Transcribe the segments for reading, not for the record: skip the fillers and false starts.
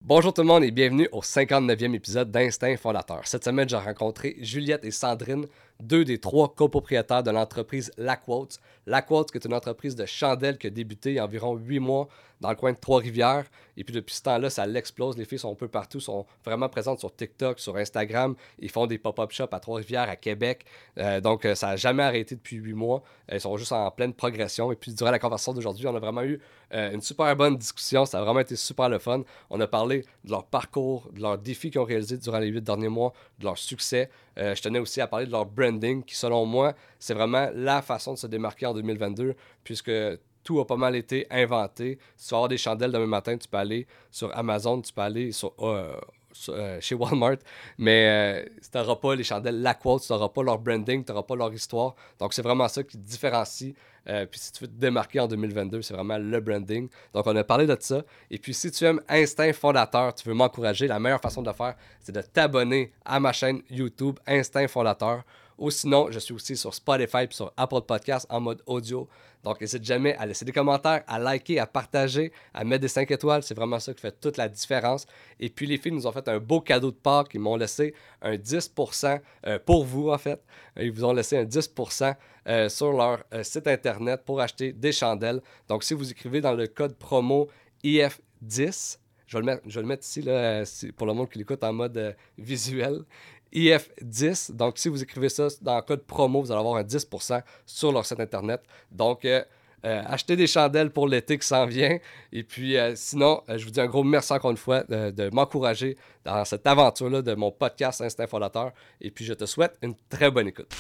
Bonjour tout le monde et bienvenue au 59e épisode d'Instinct Fondateur. Cette semaine, j'ai rencontré Juliette et Sandrine, deux des trois copropriétaires de l'entreprise LaQuote. LaQuote, qui est une entreprise de chandelles qui a débuté il y a environ 8 mois dans le coin de Trois-Rivières. Et puis depuis ce temps-là, ça l'explose. Les filles sont un peu partout, sont vraiment présentes sur TikTok, sur Instagram. Ils font des pop-up shops à Trois-Rivières, à Québec. Donc ça n'a jamais arrêté depuis 8 mois. Ils sont juste en pleine progression. Et puis durant la conversation d'aujourd'hui, on a vraiment eu une super bonne discussion. Ça a vraiment été super le fun. On a parlé de leur parcours, de leurs défis qu'ils ont réalisés durant les 8 derniers mois, de leur succès. Je tenais aussi à parler de leur branding, qui selon moi, c'est vraiment la façon de se démarquer en 2022, puisque tout a pas mal été inventé. Si tu veux avoir des chandelles demain matin, tu peux aller sur Amazon, tu peux aller chez Walmart, mais tu n'auras pas les chandelles LaQuote, tu n'auras pas leur branding, tu n'auras pas leur histoire. Donc, c'est vraiment ça qui te différencie. Puis si tu veux te démarquer en 2022, c'est vraiment le branding. Donc, on a parlé de ça. Et puis, si tu aimes Instinct Fondateur, tu veux m'encourager, la meilleure façon de le faire, c'est de t'abonner à ma chaîne YouTube Instinct Fondateur. Ou sinon, je suis aussi sur Spotify et sur Apple Podcasts en mode audio. Donc, n'hésite jamais à laisser des commentaires, à liker, à partager, à mettre des 5 étoiles. C'est vraiment ça qui fait toute la différence. Et puis, les filles nous ont fait un beau cadeau de Pâques. Ils m'ont laissé un 10% pour vous, en fait. Ils vous ont laissé un 10% sur leur site Internet pour acheter des chandelles. Donc, si vous écrivez dans le code promo IF10, je vais le mettre ici là, pour le monde qui l'écoute en mode visuel. IF10. Donc, si vous écrivez ça dans le code promo, vous allez avoir un 10% sur leur site Internet. Donc, achetez des chandelles pour l'été qui s'en vient. Et puis, sinon, je vous dis un gros merci encore une fois de m'encourager dans cette aventure-là de mon podcast Instinct Fondateur. Et puis, je te souhaite une très bonne écoute.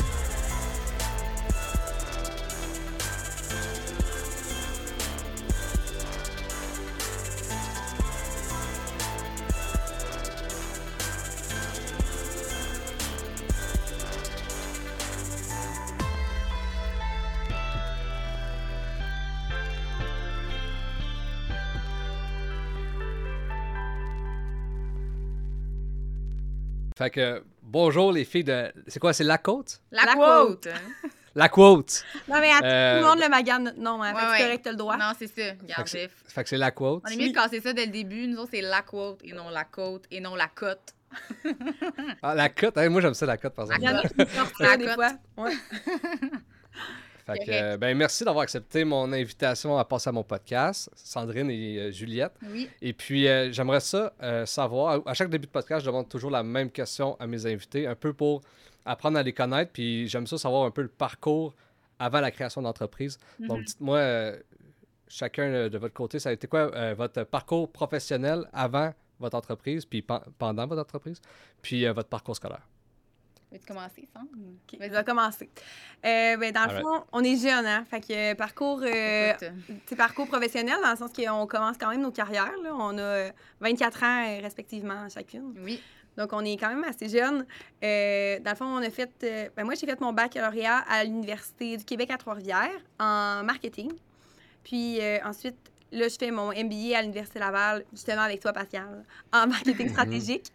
Fait que, bonjour les filles de... C'est quoi, c'est LaQuote? LaQuote! LaQuote! Non, mais attends, tout le monde le magane notre nom, hein. Fait que c'est correct, t'as le droit. Non, c'est ça. Regarde, Fait que c'est LaQuote. On est mieux de casser ça dès le début. Nous autres, c'est LaQuote et non LaQuote et non la côte. Ah, la cote? Hein, moi, j'aime ça, la cote, par exemple. Il y en a qui sortent ça des fois. Ouais. Fait que, merci d'avoir accepté mon invitation à passer à mon podcast, Sandrine et Juliette. Oui. Et puis, j'aimerais ça savoir, à chaque début de podcast, je demande toujours la même question à mes invités, un peu pour apprendre à les connaître, puis j'aime ça savoir un peu le parcours avant la création d'entreprise. Donc, dites-moi, chacun de votre côté, ça a été quoi votre parcours professionnel avant votre entreprise, puis pendant votre entreprise, puis votre parcours scolaire? Veux-tu commencer, Sandre? OK, je vais commencer. Dans le fond, on est jeunes, hein? Fait que parcours professionnel, dans le sens qu'on commence quand même nos carrières, là. On a 24 ans respectivement chacune. Oui. Donc, on est quand même assez jeunes. Dans le fond, on a fait... moi, j'ai fait mon baccalauréat à l'Université du Québec à Trois-Rivières en marketing. Puis ensuite, là, je fais mon MBA à l'Université Laval, justement avec toi, Pascal, en marketing stratégique.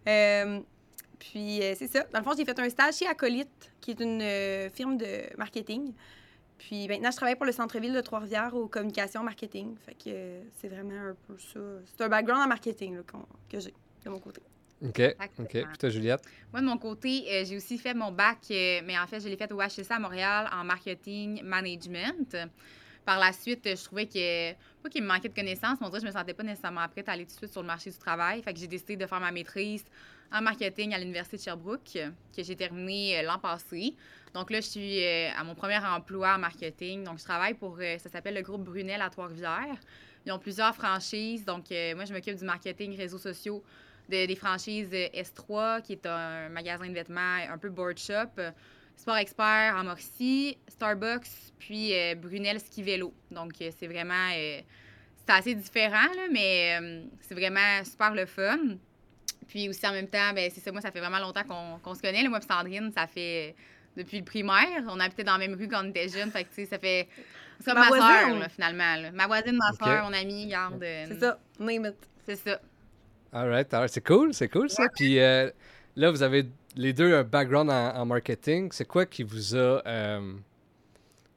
Puis, c'est ça. Dans le fond, j'ai fait un stage chez Acolyte, qui est une firme de marketing. Puis, maintenant, je travaille pour le centre-ville de Trois-Rivières aux communications marketing. Fait que c'est vraiment un peu ça. C'est un background en marketing là, que j'ai de mon côté. OK. Puis toi, Juliette? Moi, de mon côté, j'ai aussi fait mon bac, mais en fait, je l'ai fait au HEC à Montréal en marketing management. Par la suite, je trouvais pas qu'il me manquait de connaissances, mais on dirait que je me sentais pas nécessairement prête à aller tout de suite sur le marché du travail. Fait que j'ai décidé de faire ma maîtrise en marketing à l'Université de Sherbrooke, que j'ai terminée l'an passé. Donc là, je suis à mon premier emploi en marketing. Donc, je travaille pour, ça s'appelle le groupe Brunel à Trois-Rivières. Ils ont plusieurs franchises. Donc, moi, je m'occupe du marketing réseaux sociaux des franchises S3, qui est un magasin de vêtements un peu board shop. Sport Expert en Mauricie, Starbucks, puis Brunel Ski Vélo. Donc, c'est vraiment... c'est assez différent, là, mais c'est vraiment super le fun. Puis aussi, en même temps, c'est ça, moi, ça fait vraiment longtemps qu'on se connaît. Là. Moi et Sandrine, ça fait depuis le primaire. On habitait dans la même rue quand on était jeunes. Fait que, tu sais, ça fait... C'est comme ma soeur, finalement. Là. Ma voisine, ma soeur, mon amie, garde... C'est ça, name it. C'est ça. All right. C'est cool ça. Ouais. Puis là, vous avez les deux un background en marketing. C'est quoi qui vous a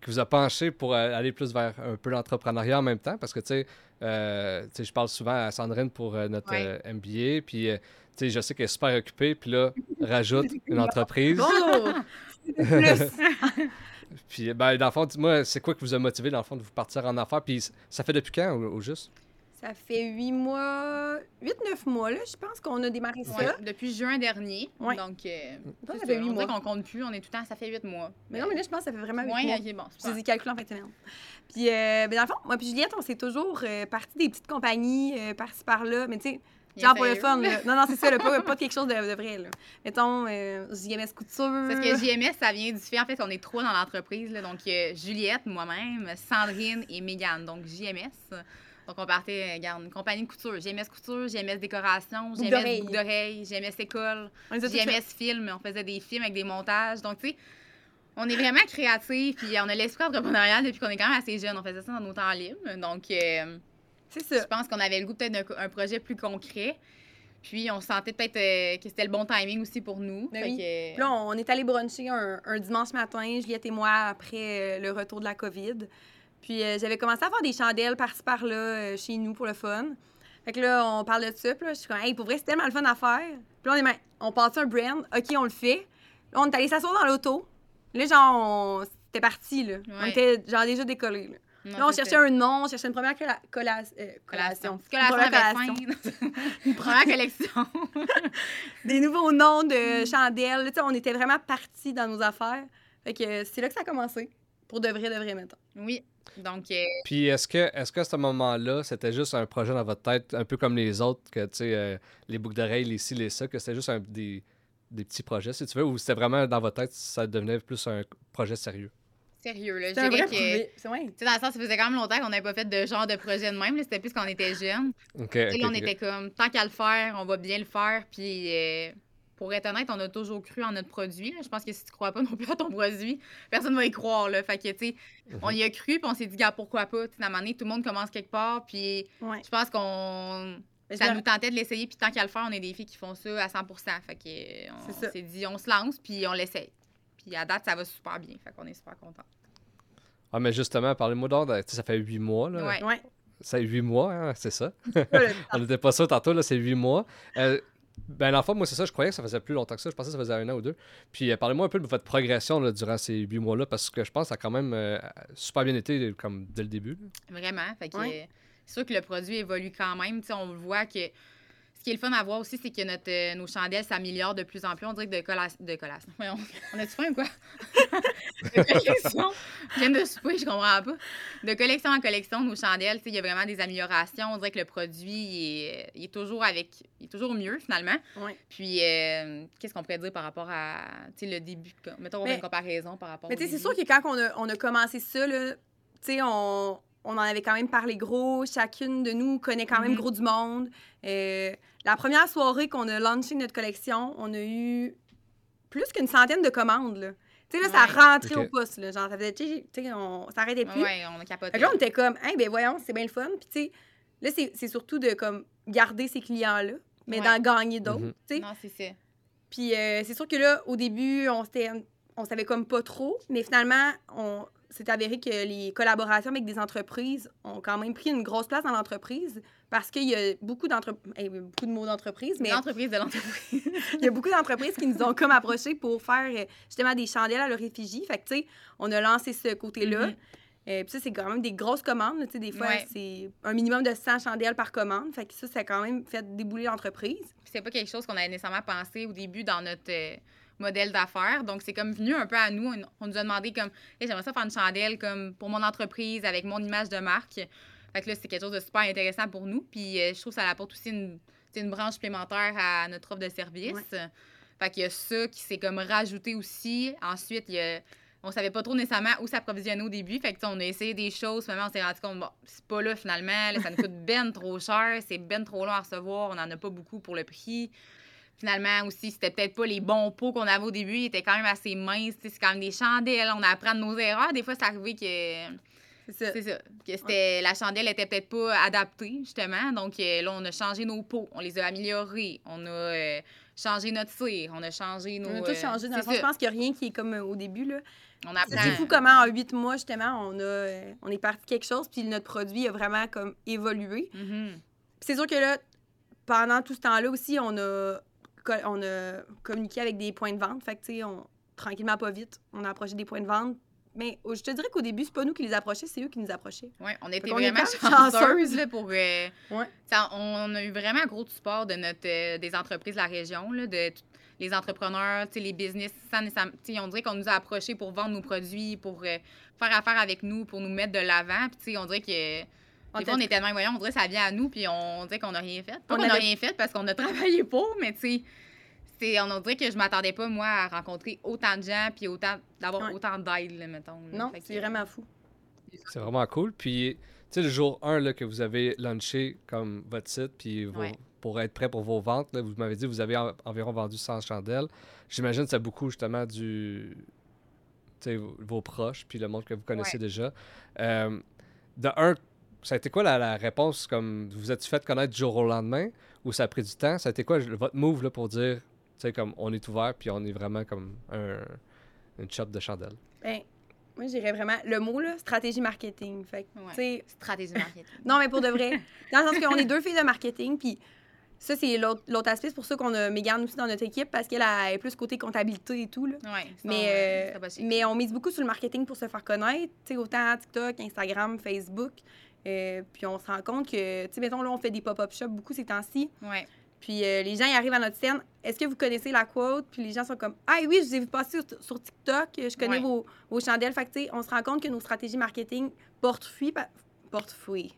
vous a penché pour aller plus vers un peu l'entrepreneuriat en même temps? Parce que, tu sais, je parle souvent à Sandrine pour notre MBA, puis, tu sais, je sais qu'elle est super occupée, puis là, rajoute une entreprise. Bonjour! Plus! Puis, ben, dans le fond, dis-moi, c'est quoi qui vous a motivé, dans le fond, de vous partir en affaires? Puis, ça fait depuis quand, au juste? Ça fait 8 mois, 8-9 mois, là, je pense qu'on a démarré ça. Ouais, depuis juin dernier. Ouais. Donc, Ça c'est fait ça, 8 on dirait mois. qu'on compte plus, on est tout le temps, ça fait 8 mois. Mais non, mais là, je pense que ça fait vraiment 8 mois. Ok, bon, Je les ai calculés en fin de semaine. Puis, ben, dans le fond, moi puis Juliette, on s'est toujours parti des petites compagnies par-ci, par-là. Mais tu sais, genre pour le fun, là. Non, c'est ça, là, pas quelque chose de vrai, là. Mettons, JMS Couture. Parce que JMS, ça vient du fait, en fait, on est 3 dans l'entreprise, là. Donc, Juliette, moi-même, Sandrine et Mégane. Donc, JMS. Donc, on partait, regarde, une compagnie de couture. JMS Couture, JMS Décoration, JMS Boucle d'oreille, JMS École, JMS Film. On faisait des films avec des montages. Donc, tu sais, on est vraiment créatifs, puis on a l'esprit entrepreneurial depuis qu'on est quand même assez jeune. On faisait ça dans nos temps libres. Donc, c'est ça. Je pense qu'on avait le goût peut-être d'un projet plus concret. Puis, on sentait peut-être que c'était le bon timing aussi pour nous. Ben oui. Puis là, on est allé bruncher un dimanche matin, Juliette et moi, après le retour de la COVID. Puis j'avais commencé à faire des chandelles par-ci par-là chez nous pour le fun. Fait que là, on parle de ça. Puis là, je suis comme, hey, pour vrai, c'est tellement le fun à faire. Puis là, on part un brand. OK, on le fait. Là, on est allé s'asseoir dans l'auto. Là, genre, c'était parti, là. Ouais. On était, genre, déjà décollés, là. Non, là, on cherchait un nom, on cherchait une première collation. Une première collection. Des nouveaux noms de chandelles. Tu sais, on était vraiment partis dans nos affaires. Fait que c'est là que ça a commencé. Pour de vrai, mettons. Oui. Donc, Puis est-ce que à ce moment-là, c'était juste un projet dans votre tête, un peu comme les autres, que tu sais, les boucles d'oreilles, les ci, les ça, que c'était juste des petits projets, si tu veux, ou c'était vraiment dans votre tête, ça devenait plus un projet sérieux? Sérieux, là. C'est un vrai projet. Tu sais, dans le sens, ça faisait quand même longtemps qu'on n'avait pas fait de genre de projet de même. C'était plus quand on était jeunes. Là, on était comme, tant qu'à le faire, on va bien le faire. Puis, pour être honnête, on a toujours cru en notre produit. Là. Je pense que si tu crois pas non plus à ton produit, personne va y croire. Là. Fait que, tu sais, on y a cru, puis on s'est dit, gars, pourquoi pas? T'sais, à un moment donné, tout le monde commence quelque part, puis je pense qu'on... Ça nous tentait de l'essayer, puis tant qu'à le faire, on est des filles qui font ça à 100%. Fait que, on s'est dit, on se lance, puis on l'essaye. Puis à date, ça va super bien. Fait qu'on est super contents. Ah, mais justement, parlez-moi donc, ça fait 8 mois, là. Ouais. Ça fait 8 mois, hein, c'est ça? On n'était pas ça tantôt, là, c'est 8 mois. Ben, l'enfant, moi, c'est ça, je croyais que ça faisait plus longtemps que ça. Je pensais que ça faisait 1 an ou 2. Puis, parlez-moi un peu de votre progression là, durant ces 8 mois-là, parce que je pense que ça a quand même super bien été comme dès le début. Là. Vraiment. Fait que c'est sûr que le produit évolue quand même. T'sais, on voit que ce qui est le fun à voir aussi, c'est que nos chandelles s'améliorent de plus en plus. On dirait que de collation. On a-tu faim ou quoi? De collection. Je viens de souper, je comprends pas. De collection en collection, nos chandelles, il y a vraiment des améliorations. On dirait que le produit il est toujours il est toujours mieux, finalement. Ouais. Puis, qu'est-ce qu'on pourrait dire par rapport à le début? Mettons, une comparaison par rapport au début. Mais c'est sûr que quand on a commencé ça, là, on en avait quand même parlé gros. Chacune de nous connaît quand même gros du monde. La première soirée qu'on a lancé notre collection, on a eu plus qu'une centaine de commandes, là. Tu sais, là, ça rentrait au poste, là. Genre, ça faisait, tu sais, on s'arrêtait plus. Ouais, on a capoté. Fait que là, on était comme, hey, ben voyons, c'est bien le fun. Puis, tu sais, là, c'est surtout de, comme, garder ces clients-là, mais d'en gagner d'autres, tu sais. Non, c'est ça. Puis, c'est sûr que là, au début, on savait comme pas trop, mais finalement, c'est avéré que les collaborations avec des entreprises ont quand même pris une grosse place dans l'entreprise parce qu'il y a beaucoup de mots d'entreprise, mais... L'entreprise de l'entreprise. Il y a beaucoup d'entreprises qui nous ont comme approchés pour faire justement des chandelles à leur effigie. Fait que, tu sais, on a lancé ce côté-là. Puis ça, c'est quand même des grosses commandes. Tu sais, des fois, c'est un minimum de 100 chandelles par commande. Fait que ça a quand même fait débouler l'entreprise. C'est pas quelque chose qu'on avait nécessairement pensé au début dans notre... modèle d'affaires. Donc, c'est comme venu un peu à nous. On nous a demandé comme, hey, j'aimerais ça faire une chandelle comme pour mon entreprise avec mon image de marque. Fait que là, c'est quelque chose de super intéressant pour nous. Puis, je trouve que ça apporte aussi une branche supplémentaire à notre offre de service. Fait qu'il y a ça qui s'est comme rajouté aussi. Ensuite, on savait pas trop nécessairement où s'approvisionner au début. Fait que, on a essayé des choses. Finalement, on s'est rendu compte, bon, c'est pas là finalement. Là, ça nous coûte ben trop cher. C'est ben trop long à recevoir. On en a pas beaucoup pour le prix. Finalement, aussi, c'était peut-être pas les bons pots qu'on avait au début. Ils étaient quand même assez minces. C'est quand même des chandelles. On apprend de nos erreurs. Des fois, c'est arrivé que C'est ça. La chandelle était peut-être pas adaptée, justement. Donc là, on a changé nos pots, on les a améliorés, on a changé notre cire, on a changé nos... On a tout changé. Dans le fond, je pense qu'il n'y a rien qui est comme au début, là. On apprend. C'est fou comment en 8 mois, justement, on est parti de quelque chose, puis notre produit a vraiment comme évolué. Mm-hmm. C'est sûr que là, pendant tout ce temps-là aussi, on a communiqué avec des points de vente. Fait que, tu sais, tranquillement, pas vite, on a approché des points de vente. Mais je te dirais qu'au début, c'est pas nous qui les approchaient, c'est eux qui nous approchaient. Oui, on était vraiment chanceuses là, pour... Ouais. On a eu vraiment un gros support de des entreprises de la région, là, les entrepreneurs, les business. On dirait qu'on nous a approchés pour vendre nos produits, pour faire affaire avec nous, pour nous mettre de l'avant. Puis on dirait que... Des fois, on était même, voyons, on dirait que ça vient à nous, puis on dirait qu'on n'a rien fait. Pas qu'on n'a rien fait parce qu'on a travaillé pour, mais tu sais, on dirait que je m'attendais pas, moi, à rencontrer autant de gens, puis d'avoir autant d'aide, là, mettons. Là. Non, c'est vraiment fou. C'est vraiment cool. Puis, tu sais, le jour 1 là, que vous avez launché comme votre site, puis pour être prêt pour vos ventes, là, vous m'avez dit que vous avez environ vendu 100 chandelles. J'imagine que c'est beaucoup, justement, vos proches, puis le monde que vous connaissez déjà. De un, ça a été quoi la réponse? Comme vous êtes fait connaître du jour au lendemain ou ça a pris du temps? Ça a été quoi votre move là, pour dire, tu sais, comme on est ouvert puis on est vraiment comme une shop de chandelles? Ben, moi, je dirais vraiment le mot, là, stratégie marketing. Fait que, stratégie marketing. Non, mais pour de vrai. Dans le sens qu'on est 2 filles de marketing, puis ça, c'est l'autre aspect. C'est pour ça qu'on a Mégane aussi dans notre équipe, parce qu'elle est plus côté comptabilité et tout. Là. Mais on mise beaucoup sur le marketing pour se faire connaître, autant TikTok, Instagram, Facebook. Puis on se rend compte que, tu sais, mettons, là, on fait des pop-up shops beaucoup ces temps-ci. Ouais. Puis les gens, ils arrivent à notre scène. Est-ce que vous connaissez la quote? Puis les gens sont comme, ah oui, je vous ai vu passer sur TikTok. Je connais vos chandelles. Fait que, tu sais, on se rend compte que nos stratégies marketing portent fruit. Porte fruit.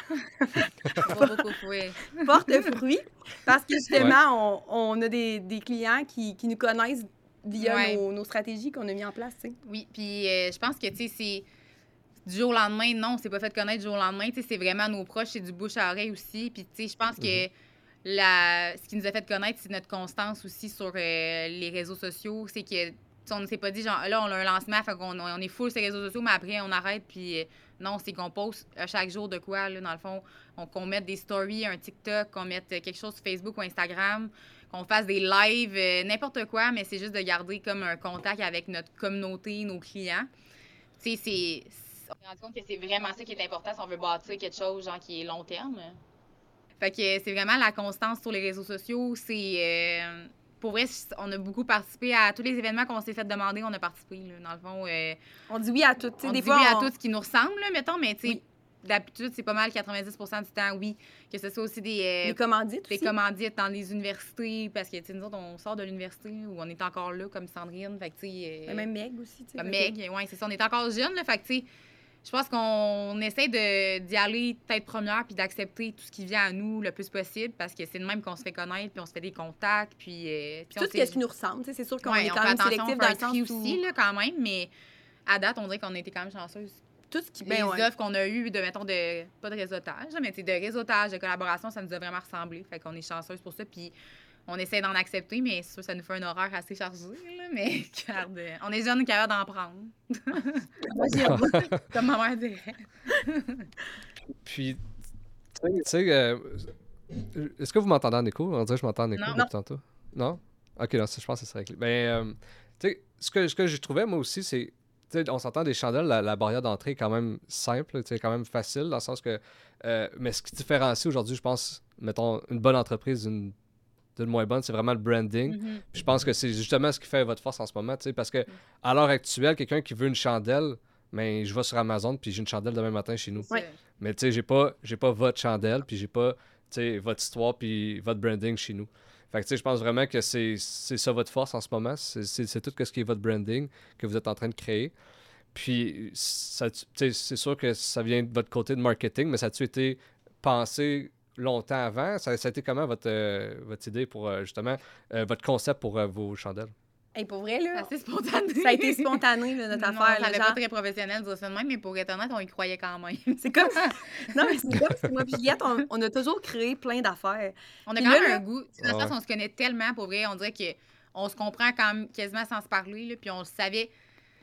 Parce que justement, on a des clients qui nous connaissent via nos stratégies qu'on a mis en place, tu sais. Oui, puis je pense que, tu sais, c'est du jour au lendemain, non, c'est pas fait connaître du jour au lendemain, tu sais, c'est vraiment nos proches, c'est du bouche à oreille aussi. Puis, tu sais, je pense que ce qui nous a fait connaître, c'est notre constance aussi sur les réseaux sociaux. C'est que, on ne s'est pas dit, genre, là, on a un lancement, fait qu'on on est full sur les réseaux sociaux, mais après, on arrête, puis non, c'est qu'on poste chaque jour de quoi, là, dans le fond, qu'on mette des stories, un TikTok, qu'on mette quelque chose sur Facebook ou Instagram, qu'on fasse des lives, n'importe quoi, mais c'est juste de garder comme un contact avec notre communauté, nos clients. Tu sais, on s'est rendu compte que c'est vraiment ça qui est important si on veut bâtir quelque chose, genre, qui est long terme. Fait que c'est vraiment la constance sur les réseaux sociaux, c'est... Pour vrai, on a beaucoup participé à tous les événements qu'on s'est fait demander, on a participé, là, dans le fond. On dit oui à tout. On dit oui à tout ce qui nous ressemble, là, mettons, mais tu sais, d'habitude, c'est pas mal 90% du temps, oui. Que ce soit aussi des commandites aussi. Des commandites dans les universités, parce que, tu sais, nous autres, on sort de l'université, où on est encore là, comme Sandrine, fait que, tu sais... même Meg aussi, tu sais. Comme Meg, oui, c'est ça, on est encore jeune, là, fait que, tu sais... Je pense qu'on essaie d'y aller tête première puis d'accepter tout ce qui vient à nous le plus possible parce que c'est de même qu'on se fait connaître puis on se fait des contacts puis tout ce qui nous ressemble, c'est sûr qu'on est quand même sélectif dans le sens aussi là, quand même, mais à date on dirait qu'on a été quand même chanceuse. Tout ce qui les offres qu'on a eues de mettons de pas de réseautage mais de réseautage, de collaboration, ça nous a vraiment ressemblé, fait qu'on est chanceuse pour ça puis on essaie d'en accepter, mais c'est sûr, ça nous fait un horaire assez chargé, là, mais regarde, on est jeunes capable d'en prendre. Comme ma mère dirait. Puis, tu sais, est-ce que vous m'entendez en écho? On dirait que je m'entends en écho depuis tantôt. Non? OK, non, je pense que ça serait clair. Ben, tu sais, ce que j'ai trouvé, moi aussi, c'est, tu sais, on s'entend des chandelles, la barrière d'entrée est quand même simple, tu sais, quand même facile, dans le sens que, mais ce qui différencie aujourd'hui, je pense, mettons, une bonne entreprise d'une moins bonne, c'est vraiment le branding. Mm-hmm. Je pense que c'est justement ce qui fait votre force en ce moment, tu sais, parce que à l'heure actuelle, quelqu'un qui veut une chandelle, mais je vais sur Amazon puis j'ai une chandelle demain matin chez nous. Ouais. Mais tu sais, j'ai pas votre chandelle puis j'ai pas, tu sais, votre histoire puis votre branding chez nous. Fait que tu sais, je pense vraiment que c'est ça votre force en ce moment, c'est tout ce qui est votre branding que vous êtes en train de créer. Puis ça, c'est sûr que ça vient de votre côté de marketing, mais ça a-tu été pensé longtemps avant? Ça a été comment votre idée pour, justement, votre concept pour vos chandelles? Hey, pour vrai, là, c'est spontané. Ça a été spontané, là, notre affaire. Ça n'avait pas très professionnel de dire ça de même, mais pour être honnête, on y croyait quand même. C'est comme... Non, mais c'est comme si moi et Juliette, on a toujours créé plein d'affaires. On a quand même un goût. Dans ce sens, on se connaît tellement, pour vrai, on dirait qu'on se comprend quand même quasiment sans se parler, là, puis on savait...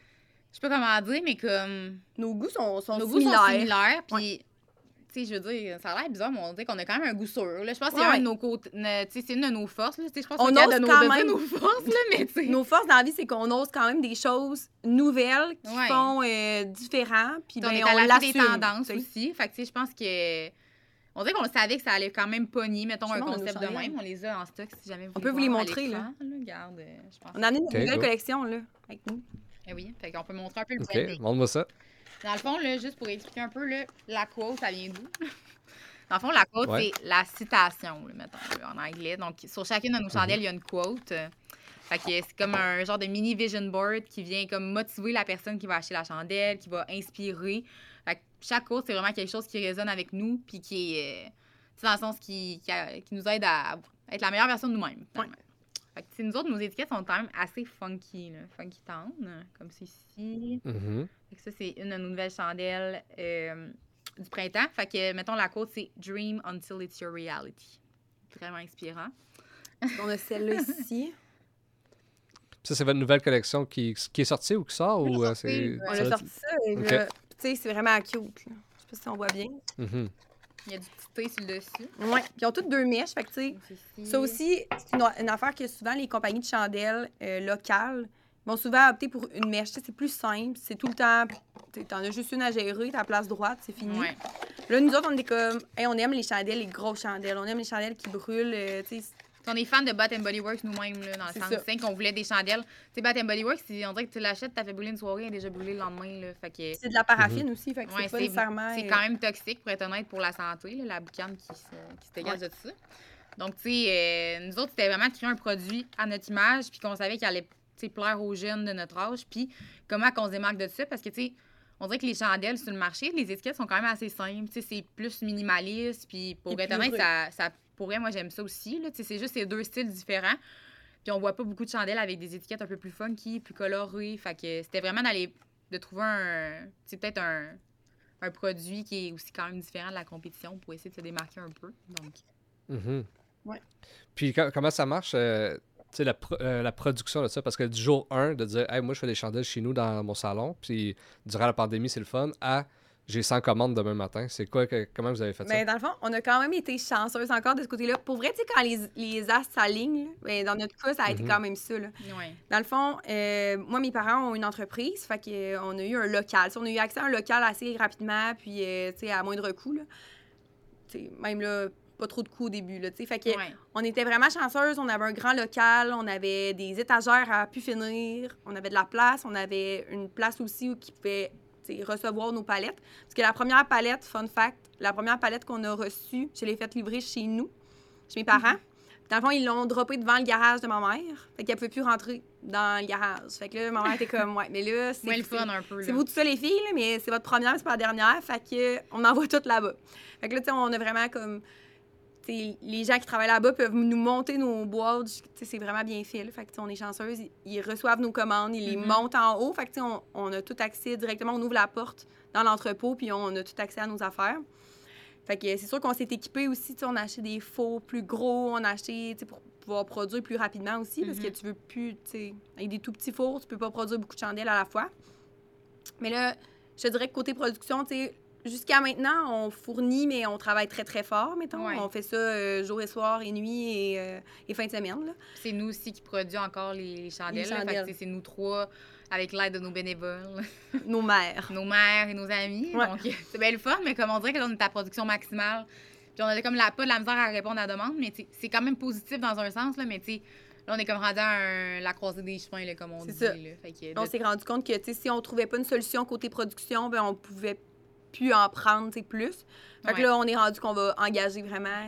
Je sais pas comment dire, mais comme... Nos goûts sont Nos goûts similaires. sont similaires, puis... Ouais. Tu sais, je veux dire, ça a l'air bizarre, mais on dirait qu'on a quand même un goût sûr. Là, je pense que c'est Ouais. un de nos côtés... Tu sais, c'est une de nos forces, là. Tu sais, je pense On qu'on est ose de nos, quand de dire même. nos forces, là, mais tu sais... Nos forces dans la vie, c'est qu'on ose quand même des choses nouvelles qui Ouais. font différents. Puis Puis on ben, est on à l'affût des l'assume. tendances tu sais. aussi. Fait que, tu sais, je pense que... On dirait qu'on savait que ça allait quand même pogner, mettons, un Justement, on a nos concept de chandelles. même. On les a en stock si jamais vous On voulez peut vous les voir à montrer, l'écran, là. Regarde, je pense. On a amené une Ok, nouvelle go. collection là, avec nous. Eh oui, fait qu'on peut montrer un peu le OK, branding. montre-moi ça. Dans le fond, là, juste pour expliquer un peu, là, la quote, ça vient d'où? Dans le fond, la quote, Ouais. c'est la citation, là, mettons, là, en anglais. Donc, sur chacune de nos chandelles, il y a une quote. Fait que c'est comme un genre de mini vision board qui vient comme motiver la personne qui va acheter la chandelle, qui va inspirer. Fait que chaque quote, c'est vraiment quelque chose qui résonne avec nous, puis qui est, c'est dans le sens qui nous aide à être la meilleure version de nous-mêmes. finalement. Fait que, tu sais, nous autres, nos étiquettes sont quand même assez funky, là. Funky town, comme ceci. Mhm. Fait que ça, c'est une de nos nouvelles chandelles du printemps. Fait que, mettons, la quote, c'est « Dream until it's your reality ». Vraiment inspirant. On a celle-là ici. Ça, c'est votre nouvelle collection qui est sortie ou qui sort? Ou sortie, c'est... On ça a va- sorti ça. Et Ok. là, tu sais, c'est vraiment cute. Là. Je sais pas si on voit bien. Mhm. Il y a du petit thé sur le dessus. Ouais. Puis ils ont toutes deux mèches. Fait que, tu sais, ça aussi, c'est une affaire que souvent les compagnies de chandelles locales vont souvent opter pour une mèche. Tu sais, c'est plus simple. C'est tout le temps. T'en as juste une à gérer, ta place droite, c'est fini. Ouais. Là, nous autres, on était comme, hey, on aime les chandelles, les grosses chandelles. On aime les chandelles qui brûlent. Tu sais, On est fans de Bath Body Works nous-mêmes, là, dans le C'est sens ça. c'est qu'on voulait des chandelles. Tu sais, Bath Body Works, on dirait que tu l'achètes, t'as fait brûler une soirée, elle est déjà brûlée le lendemain, là. Fait que... c'est de la paraffine aussi. Fait que Ouais, c'est pas nécessairement. c'est quand même toxique, pour être honnête, pour la santé, là, la boucane qui se dégage de ça. Donc, tu sais, nous autres, c'était vraiment de créer un produit à notre image, puis qu'on savait qu'il allait, tu sais, plaire aux jeunes de notre âge, puis comment qu'on se démarque de ça, parce que, tu sais, on dirait que les chandelles sur le marché, les étiquettes sont quand même assez simples, tu sais, c'est plus minimaliste, puis pour Et être plus honnête, rude. ça pourrait, moi, j'aime ça aussi, là, tu sais, c'est juste ces deux styles différents, puis on voit pas beaucoup de chandelles avec des étiquettes un peu plus funky, plus colorées, fait que c'était vraiment de trouver tu sais, peut-être un produit qui est aussi quand même différent de la compétition pour essayer de se démarquer un peu. Donc, Mhm. Ouais. Puis comment ça marche, tu sais, la production de ça? Parce que du jour 1, de dire, hey, moi, je fais des chandelles chez nous dans mon salon, puis durant la pandémie, c'est le fun, à j'ai 100 commandes demain matin. C'est quoi, comment vous avez fait ça? Mais dans le fond, on a quand même été chanceuse encore de ce côté-là. Pour vrai, tu sais, quand les astres s'alignent, là, ben, dans notre cas, ça a été Mhm. quand même ça. Là. ouais. Dans le fond, moi, mes parents ont une entreprise, fait qu'on a eu un local. On a eu accès à un local assez rapidement, puis tu sais, à moindre coût. Là. Tu sais, même là, pas trop de coûts au début. Là, tu sais. Fait que Ouais. on était vraiment chanceuses. On avait un grand local, on avait des étagères à pu finir, on avait de la place, on avait une place aussi où qui pouvait tu sais, recevoir nos palettes. Parce que la première palette, fun fact, la première palette qu'on a reçue, je l'ai faite livrer chez nous, chez mes parents. Dans le fond, ils l'ont droppée devant le garage de ma mère. Fait qu'elle ne pouvait plus rentrer dans le garage. Fait que là, ma mère était comme, ouais, mais là, Moins le fun un peu. c'est Là. vous tout ça, les filles, là, mais c'est votre première, mais c'est pas la dernière. Fait que on envoie toutes là-bas. Fait que là, tu sais, on a vraiment comme. Tu sais, les gens qui travaillent là-bas peuvent nous monter nos boîtes. Tu sais, c'est vraiment bien fait. Là. Fait que, tu sais, on est chanceuses. Ils reçoivent nos commandes, ils les Mhm. montent en haut. Fait que, tu sais, on a tout accès directement. On ouvre la porte dans l'entrepôt, puis on a tout accès à nos affaires. Fait que c'est sûr qu'on s'est équipé aussi. Tu sais, on a acheté des fours plus gros. On a acheté, tu sais, pour pouvoir produire plus rapidement aussi. Parce que tu veux plus, tu sais, avec des tout petits fours, tu peux pas produire beaucoup de chandelles à la fois. Mais là, je te dirais que côté production, tu sais, jusqu'à maintenant, on fournit, mais on travaille très, très fort, mettons. Ouais. On fait ça jour et soir et nuit et fin de semaine, là. C'est nous aussi qui produisons encore les chandelles. Les là. Fait que, chandelles. tu sais, c'est nous trois, avec l'aide de nos bénévoles, Nos mères. nos mères et nos amis. Ouais. Donc, c'est bien le fun, mais comme on dirait que là, on est à production maximale. Puis on a comme pas de la misère à répondre à la demande, mais tu sais, c'est quand même positif dans un sens, là, mais tu sais, là, on est comme rendu à la croisée des chemins, là, comme on C'est dit. ça. Là. Fait que, On s'est rendu compte que, tu sais, si on trouvait pas une solution côté production, ben on pouvait plus en prendre, tu sais, plus. Fait que Ouais. là, on est rendu qu'on va engager vraiment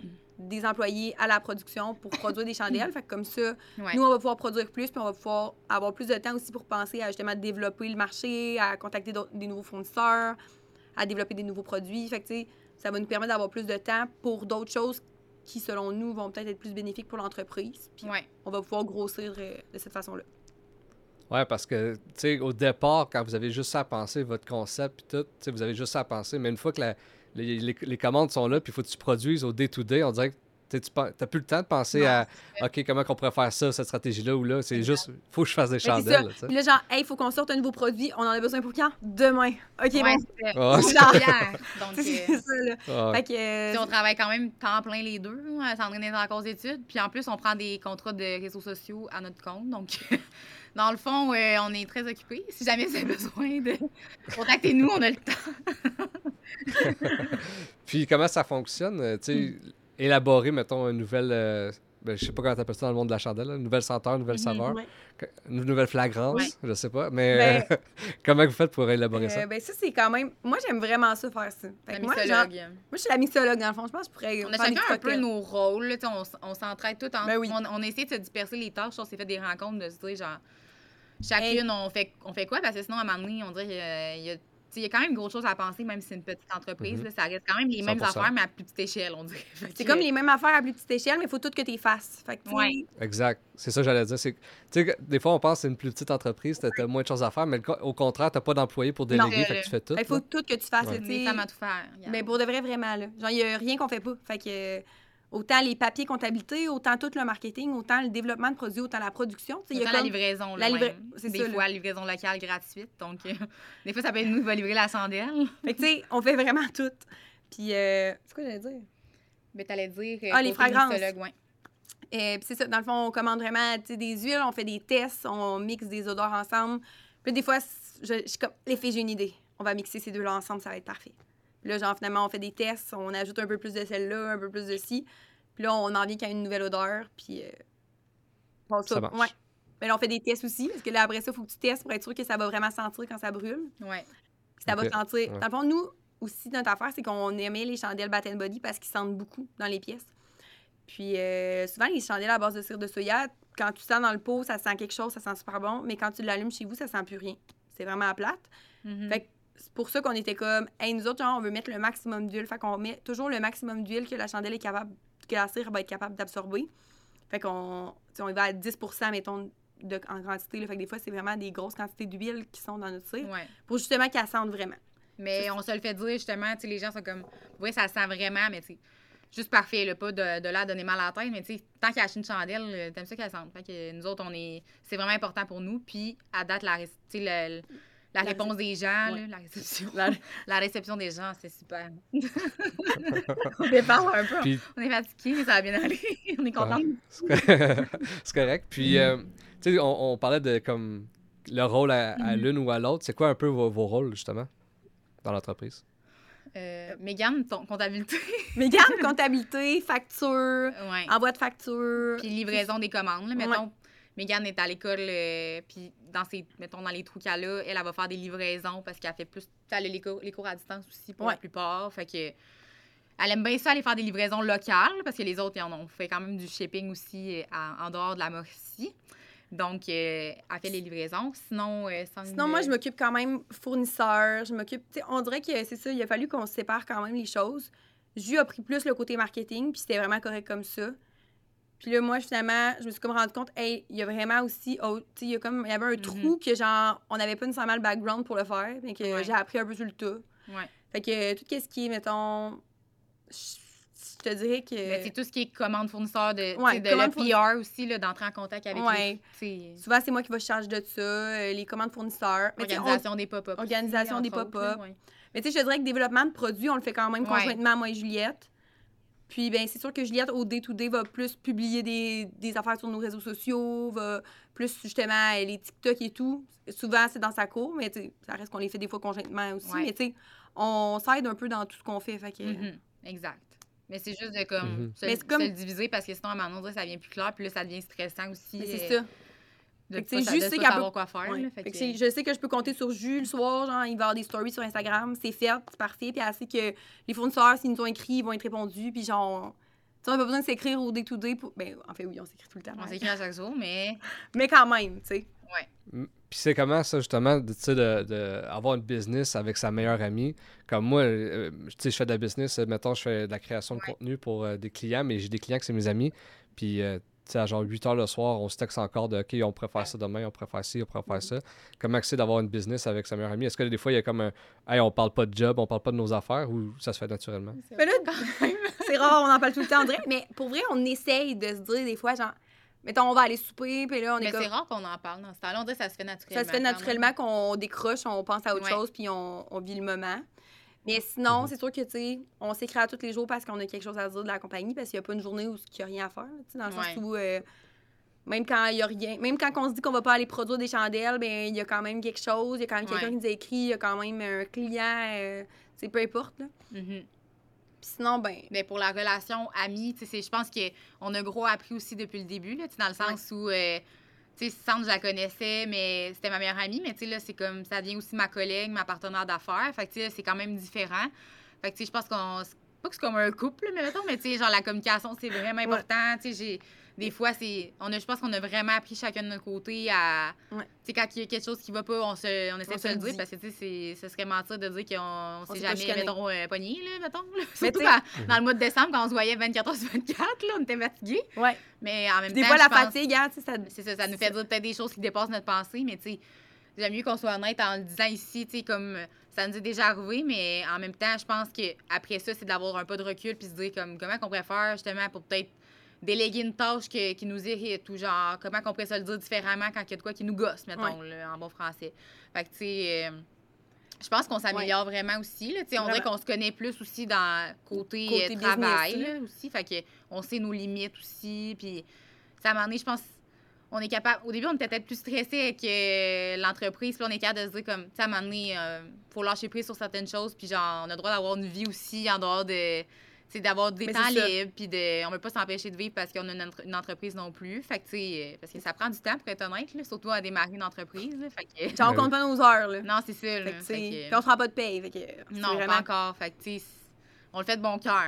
des employés à la production pour produire des chandelles. Fait que comme ça, Ouais. nous, on va pouvoir produire plus, puis on va pouvoir avoir plus de temps aussi pour penser à justement développer le marché, à contacter des nouveaux fournisseurs, à développer des nouveaux produits. Fait que, tu sais, ça va nous permettre d'avoir plus de temps pour d'autres choses qui, selon nous, vont peut-être être plus bénéfiques pour l'entreprise. Puis Ouais. on va pouvoir grossir de cette façon-là. Ouais, parce que, tu sais, au départ, quand vous avez juste ça à penser, votre concept, puis tout, tu sais, vous avez juste ça à penser, mais une fois que les commandes sont là, puis il faut que tu produises au day-to-day, on dirait que Tu n'as plus le temps de penser à OK, comment on pourrait faire ça, cette stratégie-là ou là. C'est juste, faut que je fasse des chandelles. C'est ça. Puis là, genre, hey, il faut qu'on sorte un nouveau produit. On en a besoin pour quand? Demain. OK, Ouais, bon. c'est Ah. genre hier. Donc, C'est ça, là. Ah. Fait que... puis on travaille quand même temps plein les deux. Sandrine est en cause d'études. Puis en plus, on prend des contrats de réseaux sociaux à notre compte. Donc, dans le fond, on est très occupés. Si jamais vous avez besoin de contactez-nous, on a le temps. Puis comment ça fonctionne? Tu sais, élaborer, mettons, une nouvelle... je sais pas comment t'appelles ça dans le monde de la chandelle, là, une nouvelle senteur, une nouvelle saveur, Ouais. une nouvelle flagrance, Ouais. je sais pas. Mais comment vous faites pour élaborer ça? Ben ça, c'est quand même... Moi, j'aime vraiment ça, faire ça. Fait La que moi, mixologue. moi, je suis la mixologue, dans le fond. Je pense que je pourrais On a faire des chacun un peu cocktails. nos rôles. Là, on s'entraide tout en. Ben oui. On essaie de se disperser les tâches. On s'est fait des rencontres de se dire, genre, chacune, on fait quoi? Parce que sinon, à un moment donné, on dirait qu'il y a quand même grosse chose à penser, même si c'est une petite entreprise. Là, ça reste quand même les mêmes 100%. affaires, mais à plus petite échelle, on dirait. C'est comme les mêmes affaires à plus petite échelle, mais il faut tout que tu fasses. Fait que, tu sais, Ouais. Exact. C'est ça que j'allais dire. Tu sais, des fois, on pense que c'est une plus petite entreprise, t'as moins de choses à faire, mais au contraire, t'as pas d'employés pour déléguer, Non. fait que tu fais tout. il faut là. tout que tu fasses. Ouais. là, tu Des sais. femmes à tout faire. Mais pour de vrai, vraiment, là. Genre, il n'y a rien qu'on fait pas. Fait que autant les papiers comptabilité, autant tout le marketing, autant le développement de produits, autant la production. Tu sais, il y a Autant la comme... livraison, la là, livra- même. c'est Des ça, là. fois, livraison locale gratuite. Donc, des fois, ça peut être nous qui va livrer la chandelle. Fait que, tu sais, on fait vraiment tout. Puis, c'est quoi j'allais dire? Mais t'allais dire. Les côté fragrances. mixologue, ouais. Puis c'est ça, dans le fond, on commande vraiment tu sais, des huiles, on fait des tests, on mixe des odeurs ensemble. Puis des fois, je suis comme, les filles, j'ai une idée. On va mixer ces deux-là ensemble, ça va être parfait. Puis là, genre, finalement, on fait des tests, on ajoute un peu plus de celle-là, un peu plus de ci. Puis là, on en vient qu'à une nouvelle odeur, puis... Ça marche. Ouais. Mais là, on fait des tests aussi, parce que là, après ça, il faut que tu testes pour être sûr que ça va vraiment sentir quand ça brûle. Ouais. Puis ça Ok. va sentir... Ouais. Dans le fond, nous, aussi, notre affaire, c'est qu'on aimait les chandelles Bath & Body parce qu'ils sentent beaucoup dans les pièces. Puis souvent, les chandelles à base de cire de soya, quand tu sens dans le pot, ça sent quelque chose, ça sent super bon, mais quand tu l'allumes chez vous, ça sent plus rien. C'est vraiment à plate. Mhm. Fait que c'est pour ça qu'on était comme, hey, nous autres, genre, on veut mettre le maximum d'huile. Fait qu'on met toujours le maximum d'huile que la chandelle est capable, que la cire va être capable d'absorber. Fait qu'on tu sais, on y va à 10 mettons, en quantité. Là. Fait que des fois, c'est vraiment des grosses quantités d'huile qui sont dans notre cire Ouais. pour justement qu'elle sente vraiment. Mais on se le fait dire, justement, tu sais, les gens sont comme, oui, ça sent vraiment, mais tu sais, juste parfait, là, pas de là à donner mal à la tête, mais tu sais, tant qu'il achète une chandelle, t'aimes ça qu'elle sente. Fait que nous autres, c'est vraiment important pour nous. Puis, à date, tu sais, la réponse des gens, ouais. là, la réception des gens, c'est super. On départ un peu. Puis, On est fatigué, mais ça va bien aller. On est content. c'est correct. Puis, tu sais, on parlait de comme le rôle à l'une ou à l'autre. C'est quoi un peu vos rôles, justement, dans l'entreprise? Mégane, ton comptabilité. Mégane, comptabilité, facture, Ouais. envoi de facture. Puis livraison des commandes, là, Ouais. mettons. Mégane est à l'école, puis dans les trous qu'elle a, elle va faire des livraisons parce qu'elle fait plus... Elle a les cours à distance aussi pour Ouais. la plupart. Fait que elle aime bien ça, aller faire des livraisons locales parce que les autres, ils en ont fait quand même du shipping aussi en dehors de la Mauricie. Donc, elle fait les livraisons. Sinon, Sinon, moi, je m'occupe quand même fournisseur. Je m'occupe... tu sais, on dirait que c'est ça, il a fallu qu'on se sépare quand même les choses. Jus a pris plus le côté marketing, puis c'était vraiment correct comme ça. Puis là, moi, finalement, je me suis comme rendu compte, hey, il y a vraiment aussi... tu sais, il y avait un trou que, genre, on n'avait pas nécessairement le background pour le faire. Mais que Ouais. j'ai appris un peu sur le tas. Ouais. Fait que tout ce qui est, mettons... Je te dirais que... Mais c'est tout ce qui est commande fournisseur, Ouais, de commande le PR aussi, là, d'entrer en contact avec Ouais. les Souvent, c'est moi qui vais charger de ça, les commandes fournisseurs. Mais tu sais, organisation des pop-up. Organisation aussi, des entre autres, pop-up. là, ouais. Mais tu sais, je te dirais que développement de produits, on le fait quand même Ouais. conjointement, moi et Juliette. Puis, ben c'est sûr que Juliette, au day-to-day, va plus publier des affaires sur nos réseaux sociaux, va plus, justement, les TikTok et tout. Souvent, c'est dans sa cour, mais tu sais, ça reste qu'on les fait des fois conjointement aussi. Ouais. Mais tu sais, on s'aide un peu dans tout ce qu'on fait. Fait que... Mhm. Exact. Mais c'est juste de comme, Mhm. Mais c'est comme- se le diviser parce que sinon, à un moment donné, ça devient plus clair. Puis là, ça devient stressant aussi. Mais c'est ça. De Fait que, pas tu sais, juste, de c'est pas qu'elle savoir peut- quoi faire. Ouais. là. Fait Fait que que- je sais que je peux compter sur Jules le soir, genre, il va avoir des stories sur Instagram, c'est fait, c'est parfait. Puis elle sait que les fournisseurs, s'ils nous ont écrit, ils vont être répondus. Puis genre, tu sais, on n'a pas besoin de s'écrire au day-to-day. Ben, en fait, oui, on s'écrit tout le temps. On ouais. s'écrit à chaque jour, mais Mais quand même, tu sais. Puis c'est comment ça, justement, tu sais, de avoir une business avec sa meilleure amie? Comme moi, tu sais, je fais de la business, mettons, je fais de la création de contenu pour des clients, mais j'ai des clients que c'est mes amis. Puis, tu sais, à genre 8 h le soir, on se texte encore de OK, on pourrait faire ça demain, on pourrait faire ci, on pourrait faire ça. Comment c'est d'avoir une business avec sa meilleure amie? Est-ce que des fois, il y a comme un Hey, on parle pas de job, on parle pas de nos affaires ou ça se fait naturellement? Mais là, c'est rare, on en parle tout le temps, on dirait. Mais pour vrai, on essaye de se dire des fois, genre, mettons, on va aller souper, puis là, on est Mais comme. c'est rare qu'on en parle dans ce temps-là. On dirait que ça se fait naturellement. Ça se fait naturellement qu'on décroche, on pense à autre chose, puis on vit le moment. Mais sinon, c'est sûr que, tu sais, on s'écrit à tous les jours parce qu'on a quelque chose à dire de la compagnie, parce qu'il n'y a pas une journée où il n'y a rien à faire, tu sais, dans le sens où, même quand il y a rien, même quand on se dit qu'on va pas aller produire des chandelles, ben il y a quand même quelque chose, il y a quand même quelqu'un qui nous a écrit, il y a quand même un client, tu sais, peu importe, là. Mm-hmm. Puis sinon, ben... Mais pour la relation amie, tu sais, je pense qu'on a gros appris aussi depuis le début, là, tu sais, dans le sens où... tu sais, Sandre, je la connaissais, mais c'était ma meilleure amie. Mais tu sais, là, c'est comme, ça devient aussi ma collègue, ma partenaire d'affaires. Fait que, tu sais, c'est quand même différent. Fait que, tu sais, je pense qu'on... Pas que c'est comme un couple, mais mettons, mais tu sais, genre, la communication, c'est vraiment important. Tu sais, des fois, je pense qu'on a vraiment appris chacun de notre côté à... Tu sais, quand il y a quelque chose qui va pas, on essaie de se le dire, parce que, tu sais, ce serait mentir de dire qu'on s'est jamais, mettons, pogné, là, mettons. Là. Surtout dans le mois de décembre, quand on se voyait 24h/24, là, on était fatigués. Ouais. Mais en même temps, des fois, la fatigue, hein, tu sais, ça nous fait dire peut-être des choses qui dépassent notre pensée, mais tu sais, j'aime mieux qu'on soit honnête en le disant ici, tu sais, comme ça nous est déjà arrivé, mais en même temps, je pense qu'après ça, c'est d'avoir un peu de recul puis se dire comme comment qu'on pourrait faire justement pour peut-être déléguer une tâche qui nous irrite ou genre comment qu'on pourrait se le dire différemment quand il y a de quoi qui nous gosse, mettons, là, en bon français. Fait que, tu sais, je pense qu'on s'améliore vraiment aussi, là, tu sais, on dirait qu'on se connaît plus aussi dans côté travail, business, là, aussi, fait que on sait nos limites aussi, puis ça, à un moment donné, je pense on est capable. Au début, on était peut-être plus stressé avec l'entreprise, puis on est capable de se dire comme, tu sais, à un moment donné, faut lâcher prise sur certaines choses, puis genre, on a le droit d'avoir une vie aussi en dehors de. C'est d'avoir des temps libres, puis on ne peut pas s'empêcher de vivre parce qu'on a une entreprise non plus. Fait que, tu sais, parce que ça prend du temps pour être honnête, là, surtout à démarrer une entreprise. Là, fait que... Genre, on compte pas nos heures, là. Non, c'est ça, là. Puis on se rend pas de paye. Fait que, non, vraiment... pas encore. Fait que, tu sais, on le fait de bon cœur,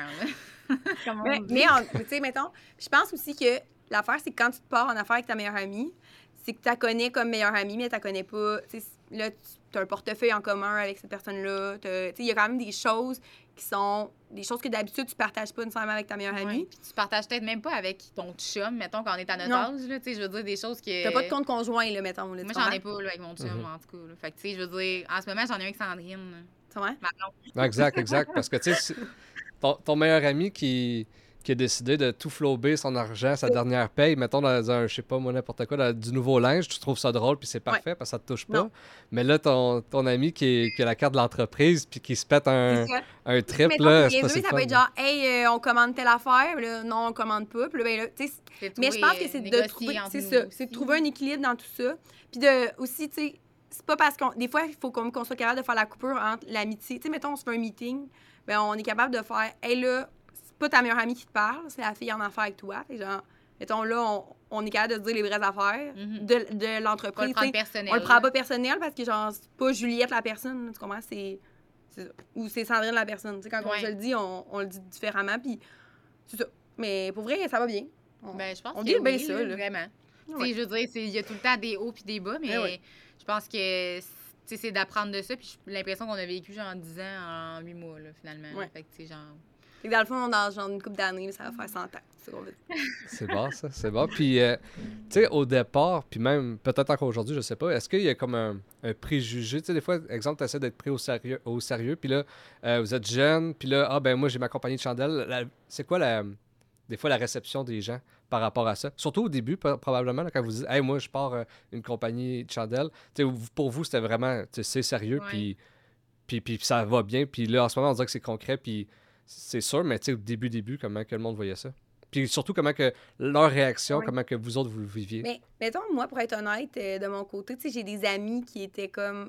mais tu sais, mettons, je pense aussi que l'affaire, c'est que quand tu te pars en affaire avec ta meilleure amie, c'est que tu la connais comme meilleure amie, mais tu la connais pas. T'sais, là, tu as un portefeuille en commun avec cette personne-là. Il y a quand même des choses qui sont des choses que d'habitude, tu partages pas nécessairement avec ta meilleure amie. Puis tu partages peut-être même pas avec ton chum, mettons, quand on est à notre âge. Là, je veux dire, des choses que... T'as pas de compte conjoint, là, mettons. Là, moi, j'en ai pas là, avec mon chum, en tout cas. Là. Fait que, tu sais, je veux dire, en ce moment, j'en ai un avec Sandrine. C'est vrai? Non, exact. Parce que, tu sais, ton meilleur ami qui a décidé de tout flober son argent, sa dernière paye, mettons dans un, je sais pas moi, n'importe quoi, du nouveau linge, tu trouves ça drôle, puis c'est parfait, parce que ça te touche pas. Non. Mais là, ton ami qui a la carte de l'entreprise, puis qui se pète un trip, là, c'est pas si ça peut être genre, hey, on commande telle affaire, là, non, on commande pas. Puis là, ben, là, mais je pense que c'est de trouver, c'est de trouver un équilibre dans tout ça. Puis aussi, tu sais, c'est pas parce qu'on... Des fois, il faut qu'on soit capable de faire la coupure entre l'amitié. Tu sais, mettons, on se fait un meeting, ben on est capable de faire, hey, là, pas ta meilleure amie qui te parle, c'est la fille en affaires avec toi. Fait genre, mettons, là, on est capable de dire les vraies affaires de l'entreprise. On le prend personnel. On le prend pas personnel parce que, genre, c'est pas Juliette la personne, tu comprends? C'est ou c'est Sandrine la personne. Tu sais, quand on se le dit, on le dit différemment, puis c'est ça. Mais pour vrai, ça va bien. Ben, je pense on que dit bien oui, ça, là. Vraiment. Tu sais, je veux dire, il y a tout le temps des hauts puis des bas, mais je pense que c'est d'apprendre de ça, puis j'ai l'impression qu'on a vécu, genre, 10 ans en 8 mois, là, finalement. Fait que, tu sais, genre... Et dans le fond, dans genre une couple d'années, ça va faire 100 ans. C'est bon, ça. C'est bon. Puis, tu sais, au départ, puis même peut-être encore aujourd'hui, je sais pas, est-ce qu'il y a comme un préjugé? Tu sais, des fois, exemple, tu essaies d'être pris au sérieux, puis là, vous êtes jeune, puis là, ben moi, j'ai ma compagnie de chandelles. C'est quoi, des fois, la réception des gens par rapport à ça? Surtout au début, probablement, là, quand vous dites, hey, moi, je pars une compagnie de chandelles. Tu sais, pour vous, c'était vraiment, tu sais, c'est sérieux, puis ça va bien. Puis là, en ce moment, on dirait que c'est concret, puis c'est sûr, mais tu sais, au début, comment que le monde voyait ça? Puis surtout, comment que leur réaction, comment que vous autres, vous le viviez? Mais, mettons, moi, pour être honnête, de mon côté, tu sais, j'ai des amis qui étaient comme...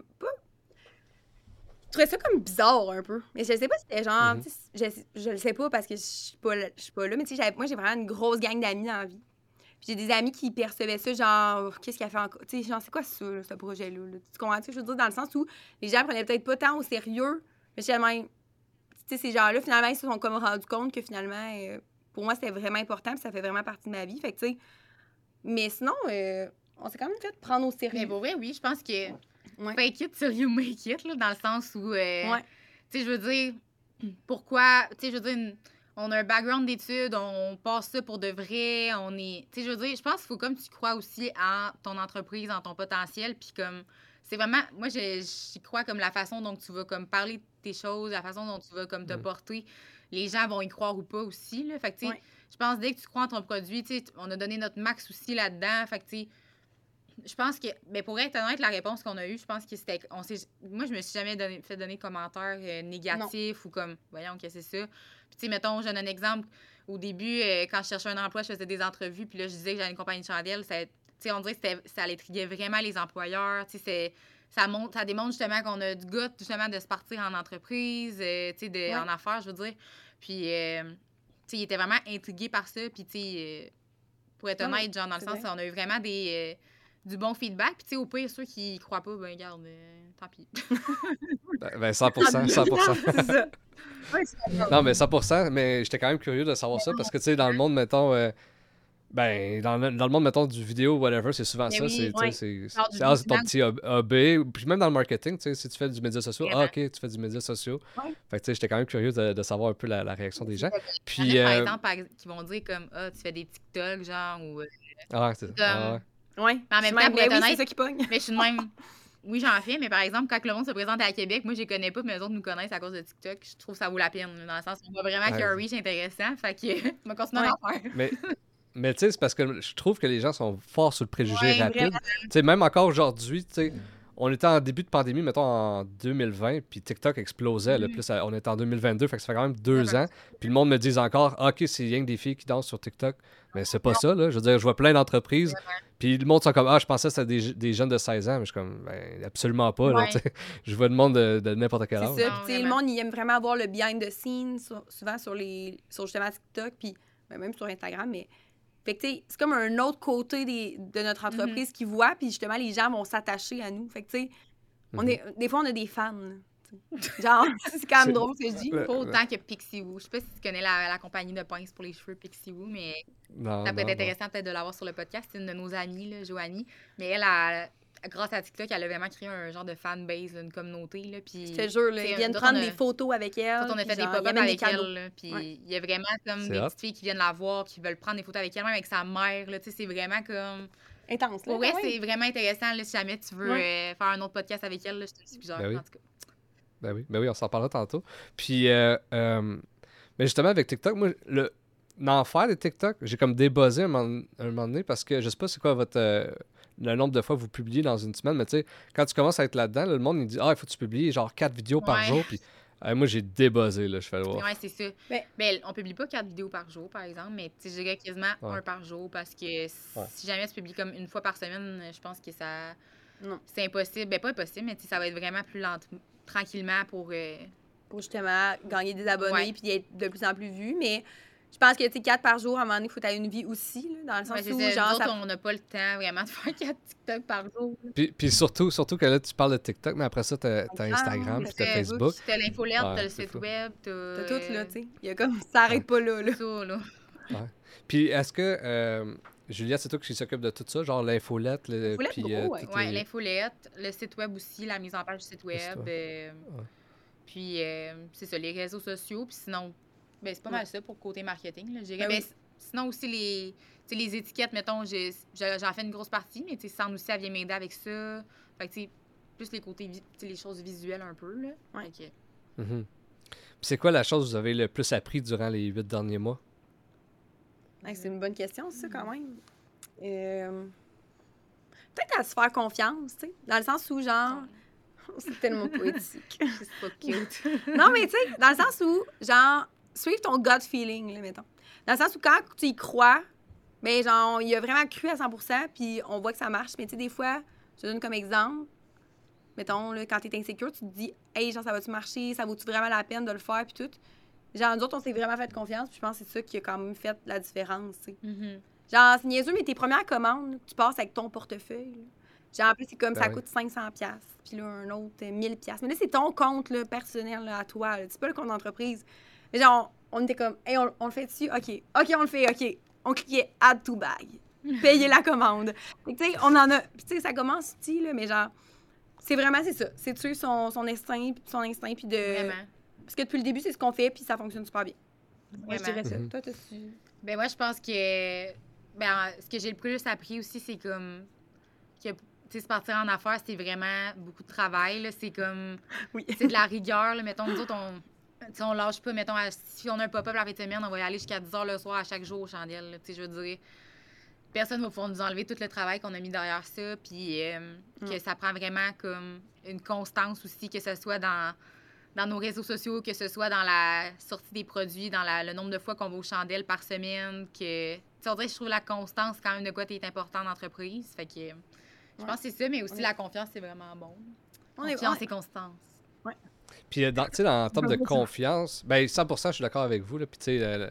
Je trouvais ça comme bizarre, un peu. Mais je sais pas si c'était genre... Je le sais pas parce que je suis pas là, mais tu sais, moi, j'ai vraiment une grosse gang d'amis dans la vie. Puis j'ai des amis qui percevaient ça, genre, qu'est-ce qu'il a fait encore? Tu sais, genre, c'est quoi ça, là, ce projet-là? Là? Tu comprends ce que je veux dire? Dans le sens où les gens prenaient peut-être pas tant au sérieux, mais finalement, tu sais, ces gens-là, finalement, ils se sont comme rendus compte que finalement, pour moi, c'était vraiment important, puis ça fait vraiment partie de ma vie. Fait que, tu sais, mais sinon, on s'est quand même fait prendre au sérieux. Mais pour vrai, oui, je pense que fake it till you make it, là, dans le sens où, tu sais, je veux dire, pourquoi, tu sais, je veux dire, on a un background d'études, on passe ça pour de vrai, on est... Tu sais, je veux dire, je pense qu'il faut comme tu crois aussi en ton entreprise, en ton potentiel, puis comme... C'est vraiment... Moi, j'y crois comme la façon dont tu vas comme parler de tes choses, la façon dont tu vas comme te porter. Les gens vont y croire ou pas aussi, là. Fait que, tu sais, je pense dès que tu crois en ton produit, tu sais, on a donné notre max aussi là-dedans. Fait que, tu sais, je pense que, ben pour être honnête, la réponse qu'on a eue, je pense que c'était. Moi, je me suis jamais fait donner de commentaires négatifs ou comme, voyons, que c'est ça. Puis, tu sais, mettons, je donne un exemple. Au début, quand je cherchais un emploi, je faisais des entrevues, puis là, je disais que j'avais une compagnie de chandelles. Tu sais, on dirait que ça intriguait vraiment les employeurs. Tu sais, ça démontre justement qu'on a du goût, justement, de se partir en entreprise, tu sais, en affaires, je veux dire. Puis, tu sais, il était vraiment intrigué par ça. Puis, tu sais, pour être honnête, genre, dans le sens, on a eu vraiment du bon feedback. Puis, tu sais, au pire, ceux qui y croient pas, ben, regarde, tant pis. Ben, 100%, 100%. C'est ça. Non, mais 100%, mais j'étais quand même curieux de savoir ça parce que, tu sais, dans le monde, mettons, dans le monde, mettons, du vidéo, whatever, c'est souvent Mais ça. oui, C'est ton petit hobby. Puis même dans le marketing, tu sais, si tu fais du média social, Vraiment. OK, tu fais du média social. Ouais. Fait que, tu sais, j'étais quand même curieux de savoir un peu la réaction des gens. Il Puis, y en a, par exemple, qui vont dire comme, ah, tu fais des TikTok, genre, ou... c'est comme- ah, ouais. Ouais. Mais en même temps, pour être oui, c'est honnête, ça qui pogne. mais je suis de même. Oui, j'en fais, mais par exemple, quand le monde se présente à Québec, moi, je les connais pas, mais les autres nous connaissent à cause de TikTok. Je trouve que ça vaut la peine, dans le sens où on voit vraiment qu'il y a un reach intéressant. Fait que je vais continuer à en faire. Mais tu sais, c'est parce que je trouve que les gens sont forts sur le préjugé Ouais, rapide. vraiment. Tu sais, même encore aujourd'hui, tu sais, on était en début de pandémie, mettons en 2020, puis TikTok explosait. Là, plus on est en 2022, fait que ça fait quand même 2 ans. Puis le monde me dit encore, OK, c'est rien que des filles qui dansent sur TikTok. Mais c'est pas ça, là. Je veux dire, je vois plein d'entreprises. Puis le monde sont comme, je pensais que c'était des jeunes de 16 ans. Mais je suis comme, ben, absolument pas. Là, tu sais. Je vois le monde de n'importe quel âge. C'est ça. Non, Puis, tu sais, le vraiment. monde, il aime vraiment avoir le behind the scenes, souvent sur justement TikTok, puis même sur Instagram. Mais fait que, tu sais, c'est comme un autre côté de notre entreprise qui voit, puis justement, les gens vont s'attacher à nous. Fait que, tu sais, des fois, on a des fans. Là, tu sais. Genre, c'est quand même drôle ce que je dis. Pas autant que Pixie Woo. Je sais pas si tu connais la compagnie de pinces pour les cheveux Pixie Woo, mais Non, ça peut être non, intéressant peut-être de l'avoir sur le podcast. C'est une de nos amies, là, Joanie. Mais grâce à TikTok, elle a vraiment créé un genre de fanbase, là, une communauté. Là, puis, Je te jure, là, tu sais, ils viennent nous autres, prendre on a- des photos avec elle. Nous autres, on a puis fait des genre, pop-up ils amènent avec des cadeaux. elle. Là, puis Ouais. il y a vraiment comme C'est des hot. petites filles qui viennent la voir, qui veulent prendre des photos avec elle, même avec sa mère. Là, tu sais, c'est vraiment comme... Intense, là. Pour vrai, quand même. c'est vraiment intéressant. Là, si jamais tu veux faire un autre podcast avec elle, là, je te le suggère. Ben oui. En tout cas. Ben oui, on s'en parlera tantôt. Puis, mais justement, avec TikTok, moi, l'enfer des TikTok, j'ai comme débuzzé un moment donné parce que je sais pas c'est quoi le nombre de fois que vous publiez dans une semaine, mais tu sais, quand tu commences à être là-dedans, là, le monde il dit, il faut que tu publies genre 4 vidéos par Ouais. jour. Puis, moi, j'ai débuzzé, là, je fais le voir. Ouais, c'est ça. Mais- Ben, on publie pas 4 vidéos par jour, par exemple, mais tu sais, je dirais quasiment Ouais. un par jour parce que si jamais tu publies comme une fois par semaine, je pense que ça. Non. C'est impossible. Ben, pas impossible, mais tu sais, ça va être vraiment plus tranquillement pour. Pour justement gagner des abonnés Ouais. puis être de plus en plus vu. Mais je pense que, tu sais, 4 par jour, à un moment donné, il faut que tu aies une vie aussi, là, dans le sens Ouais, c'est où, ça. genre, Nous autres, ça... on n'a pas le temps vraiment de faire 4 TikTok par jour. Puis surtout que là, tu parles de TikTok, mais après ça, t'as Instagram, oui, puis t'as T'as Facebook. T'as l'infolette, Ouais, t'as le c'est site fou. web, t'as. T'as tout, là, tu sais. Il y a comme... Ça arrête pas là, là. Ça, là. Puis est-ce que, Juliette, c'est toi qui s'occupe de tout ça, genre l'infolette, L'infolette, puis gros, ouais. toutes Ouais, les- l'infolette, le site web aussi, la mise en page du site web. Puis, c'est ça, les réseaux sociaux. Puis sinon, ben, c'est pas mal ça pour le côté marketing, là, je dirais. Ben Ben, sinon aussi, tu sais, les étiquettes, mettons, j'en fais une grosse partie, mais tu sais, Sand aussi, elle vient m'aider avec ça. Fait que, tu sais, plus les côtés, tu sais, les choses visuelles un peu, là. Ouais. Fait que- Mhm. Puis c'est quoi la chose que vous avez le plus appris durant les 8 derniers mois? Ouais, c'est une bonne question, ça, quand même. Peut-être à se faire confiance, tu sais. Dans le sens où, genre... C'est tellement poétique. C'est pas cute. Non, mais tu sais, dans le sens où, genre, suivre ton gut feeling, là, mettons. Dans le sens où, quand tu y crois, ben genre, il a vraiment cru à 100%, puis on voit que ça marche. Mais tu sais, des fois, je te donne comme exemple, mettons, là, quand t'es insécure, tu te dis, hey, genre, ça va-tu marcher? Ça vaut-tu vraiment la peine de le faire? Puis tout. Genre, nous autres, on s'est vraiment fait confiance, puis je pense que c'est ça qui a quand même fait la différence, tu sais. Mhm. Genre, c'est niaiseux, mais tes premières commandes, tu passes avec ton portefeuille. Là. Genre, en plus, c'est comme Ben ça oui. coûte 500$. Puis là, un autre, 1000$. Mais là, c'est ton compte là, personnel là, à toi. là. C'est pas le compte d'entreprise. Mais genre, on était comme, hey, on le fait dessus? OK. OK, on le fait. OK. On cliquait add to bag. Payer la commande. Fait que, tu sais, on en a. Puis, tu sais, ça commence petit, là, mais genre, c'est vraiment, c'est ça. C'est de suivre son instinct, puis de. Vraiment. Parce que depuis le début, c'est ce qu'on fait, puis ça fonctionne super bien. Moi, je dirais ça. Mhm. Toi, t'as-tu... Ben moi, je pense que ce que j'ai le plus appris aussi, c'est comme que tu sais, se partir en affaires, c'est vraiment beaucoup de travail. Là. C'est comme Oui. c'est de la rigueur. Là. Mettons, nous autres, on lâche pas. Mettons, si on a un pop-up la fin de semaine, on va y aller jusqu'à 10h le soir à chaque jour aux chandelles. Là. Tu sais, je veux dire, personne ne va pouvoir nous enlever tout le travail qu'on a mis derrière ça. Puis que ça prend vraiment comme une constance aussi, que ce soit dans nos réseaux sociaux, que ce soit dans la sortie des produits, dans le nombre de fois qu'on va aux chandelles par semaine, que... Tu sais, on dirait que je trouve la constance quand même de quoi est important en entreprise. Fait que je pense que c'est ça, mais aussi la confiance, c'est vraiment bon. Confiance et constance. Ouais. Puis, tu sais, en termes de confiance, ben 100%, je suis d'accord avec vous, là, puis tu sais,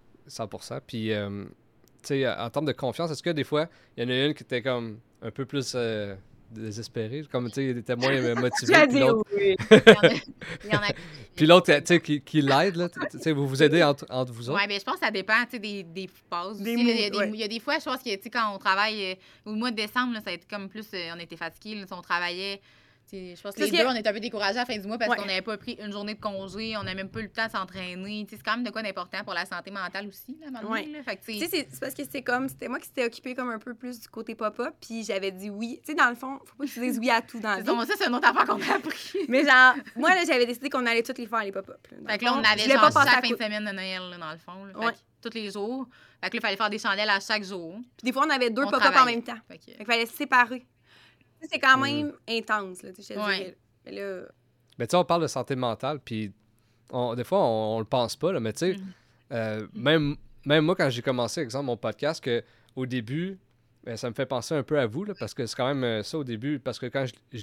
100%. Puis, tu sais, en termes de confiance, est-ce que des fois, il y en a une qui était comme un peu plus désespérée, comme, tu sais, elle était moins motivée, puis l'autre... oui. Il y en a... Puis l'autre, tu sais, qui l'aide, là, tu sais, vous vous aidez entre vous autres? Oui, bien, je pense que ça dépend, tu sais, des pauses. Des aussi, là. Il moods, y a des fois, je pense que, tu sais, quand on travaille, au mois de décembre, là, ça a été comme plus, on était fatigués, là, on travaillait. Je pense que les deux, on était un peu découragés à la fin du mois parce qu'on n'avait pas pris une journée de congé, on n'a même pas eu le temps de s'entraîner. C'est quand même de quoi d'important pour la santé mentale aussi, là, à un moment donné, là. Fait que, tu sais, c'est parce que c'était moi qui s'étais occupée comme un peu plus du côté pop-up, puis j'avais dit oui. Tu sais, dans le fond, faut pas que tu dises oui à tout dans la vie. moi, ça, c'est une autre affaire qu'on a appris. Mais genre, moi, là, j'avais décidé qu'on allait toutes les faire, les pop-up. Fait que là, on avait genre chaque fin de semaine de Noël, là, dans le fond. Là. Fait que tous les jours. Fait que là, il fallait faire des chandelles à chaque jour. Puis des fois, on avait 2 pop-up en même temps. Fait qu'il fallait se séparer. C'est quand même intense, là, tu sais, je te dirais. Mais là... Mais tu sais, on parle de santé mentale, puis des fois, on le pense pas, là, mais tu sais, même moi, quand j'ai commencé, exemple, mon podcast, que au début, ça me fait penser un peu à vous, là, parce que c'est quand même ça au début, parce que quand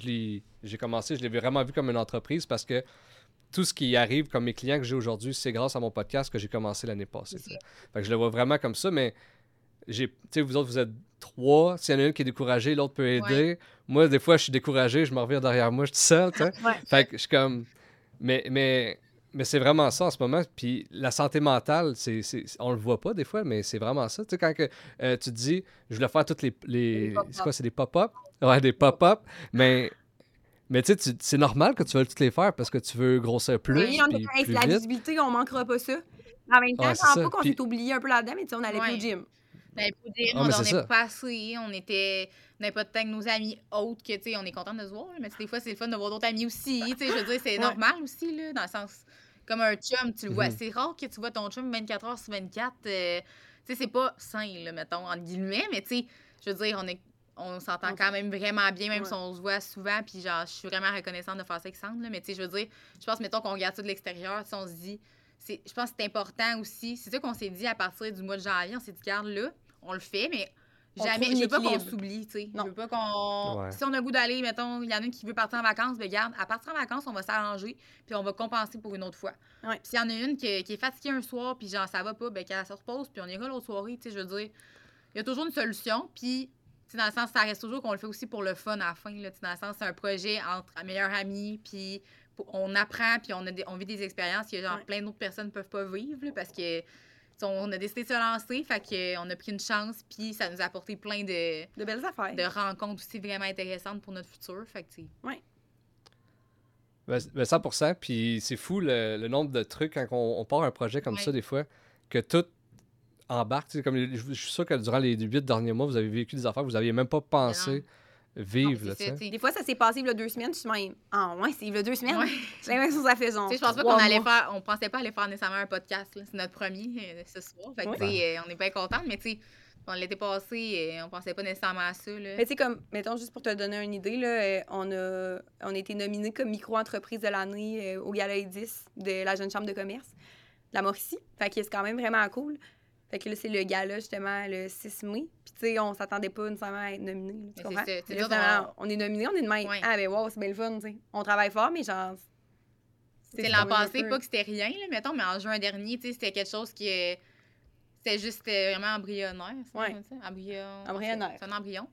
j'ai commencé, je l'ai vraiment vu comme une entreprise, parce que tout ce qui arrive comme mes clients que j'ai aujourd'hui, c'est grâce à mon podcast que j'ai commencé l'année passée. Fait que je le vois vraiment comme ça, mais tu sais, vous autres, vous êtes 3. S'il y en a une qui est découragée, l'autre peut aider. Ouais. Moi, des fois, je suis découragé, je me reviens derrière moi, je suis seul, tu sais. Fait que je suis comme... Mais c'est vraiment ça en ce moment. Puis la santé mentale, on le voit pas des fois, mais c'est vraiment ça. Tu sais, quand tu te dis, je voulais faire toutes les c'est quoi, c'est des pop-up? Ouais, des pop-up. Mais tu sais, c'est normal que tu veuilles toutes les faire parce que tu veux grossir plus. Oui, plus la visibilité, on manquera pas ça. En même temps, je pense pas qu'on s'est oublié un peu là-dedans, mais tu sais, on allait plus au gym. On n'avait pas de gym, on n'est pas assez, on n'avait pas de temps avec nos amis autres que, tu sais, on est content de se voir, mais des fois, c'est le fun de voir d'autres amis aussi, tu sais, je veux dire, c'est normal aussi, là, dans le sens, comme un chum, tu le vois, c'est rare que tu vois ton chum 24 heures sur 24, tu sais, c'est pas sain, là, mettons, entre guillemets, mais tu sais, je veux dire, on s'entend quand même vraiment bien, même si on se voit souvent, puis genre, je suis vraiment reconnaissante de faire ça avec Sandre, là, mais tu sais, je veux dire, je pense, mettons, qu'on regarde ça de l'extérieur, tu sais, on se dit, je pense que c'est important aussi, c'est ça qu'on s'est dit à partir du mois de janvier, on s'est dit, regarde, là, on le fait, mais jamais, je veux pas qu'on s'oublie, tu sais. Je veux pas qu'on... Ouais. Si on a le goût d'aller, mettons, il y en a une qui veut partir en vacances, ben regarde, à partir en vacances, on va s'arranger, puis on va compenser pour une autre fois. Ouais. Puis s'il y en a une qui est fatiguée un soir, puis genre, ça va pas, ben qu'elle se repose, puis on ira l'autre soirée, tu sais, je veux dire, il y a toujours une solution, puis, tu sais, dans le sens, ça reste toujours qu'on le fait aussi pour le fun à la fin, là, tu sais, dans le sens, c'est un projet entre meilleurs amis, puis on apprend, puis on vit des expériences que, genre, plein d'autres personnes peuvent pas vivre, là, parce que on a décidé de se lancer, fait qu'on a pris une chance, puis ça nous a apporté plein de belles affaires. De rencontres aussi vraiment intéressantes pour notre futur, fait que, ouais. Ben 100%, puis c'est fou le nombre de trucs quand on part un projet comme ça, des fois, que tout embarque. Comme je suis sûr que durant les 8 derniers mois, vous avez vécu des affaires que vous n'aviez même pas pensé vivre. Des fois, ça s'est passé il y a 2 semaines, je suis même, c'est il y a 2 semaines. C'est la même chose à faire, genre. Je pense pas qu'on allait faire, on pensait pas aller faire nécessairement un podcast, là. C'est notre premier ce soir. Fait que, on est bien contente, mais tu sais, on l'était passé, on pensait pas nécessairement à ça, là. Mais tu sais, comme, mettons, juste pour te donner une idée, là, on a été nominés comme micro-entreprise de l'année au Gala 10 de la Jeune Chambre de commerce de la Mauricie. Fait que c'est quand même vraiment cool. Fait que là, c'est le gala, justement, le 6 mai. Puis, tu sais, on s'attendait pas nécessairement à être nominé. Tu comprends? On est nominé, on est de même. Ouais. Ah, ben, wow, c'est bien le fun, tu sais. On travaille fort, mais genre. C'est l'an passé, pas que c'était rien, là, mettons, mais en juin dernier, tu sais, c'était quelque chose qui. C'était juste vraiment embryonnaire. Ouais. Embryonnaire. C'est un embryon.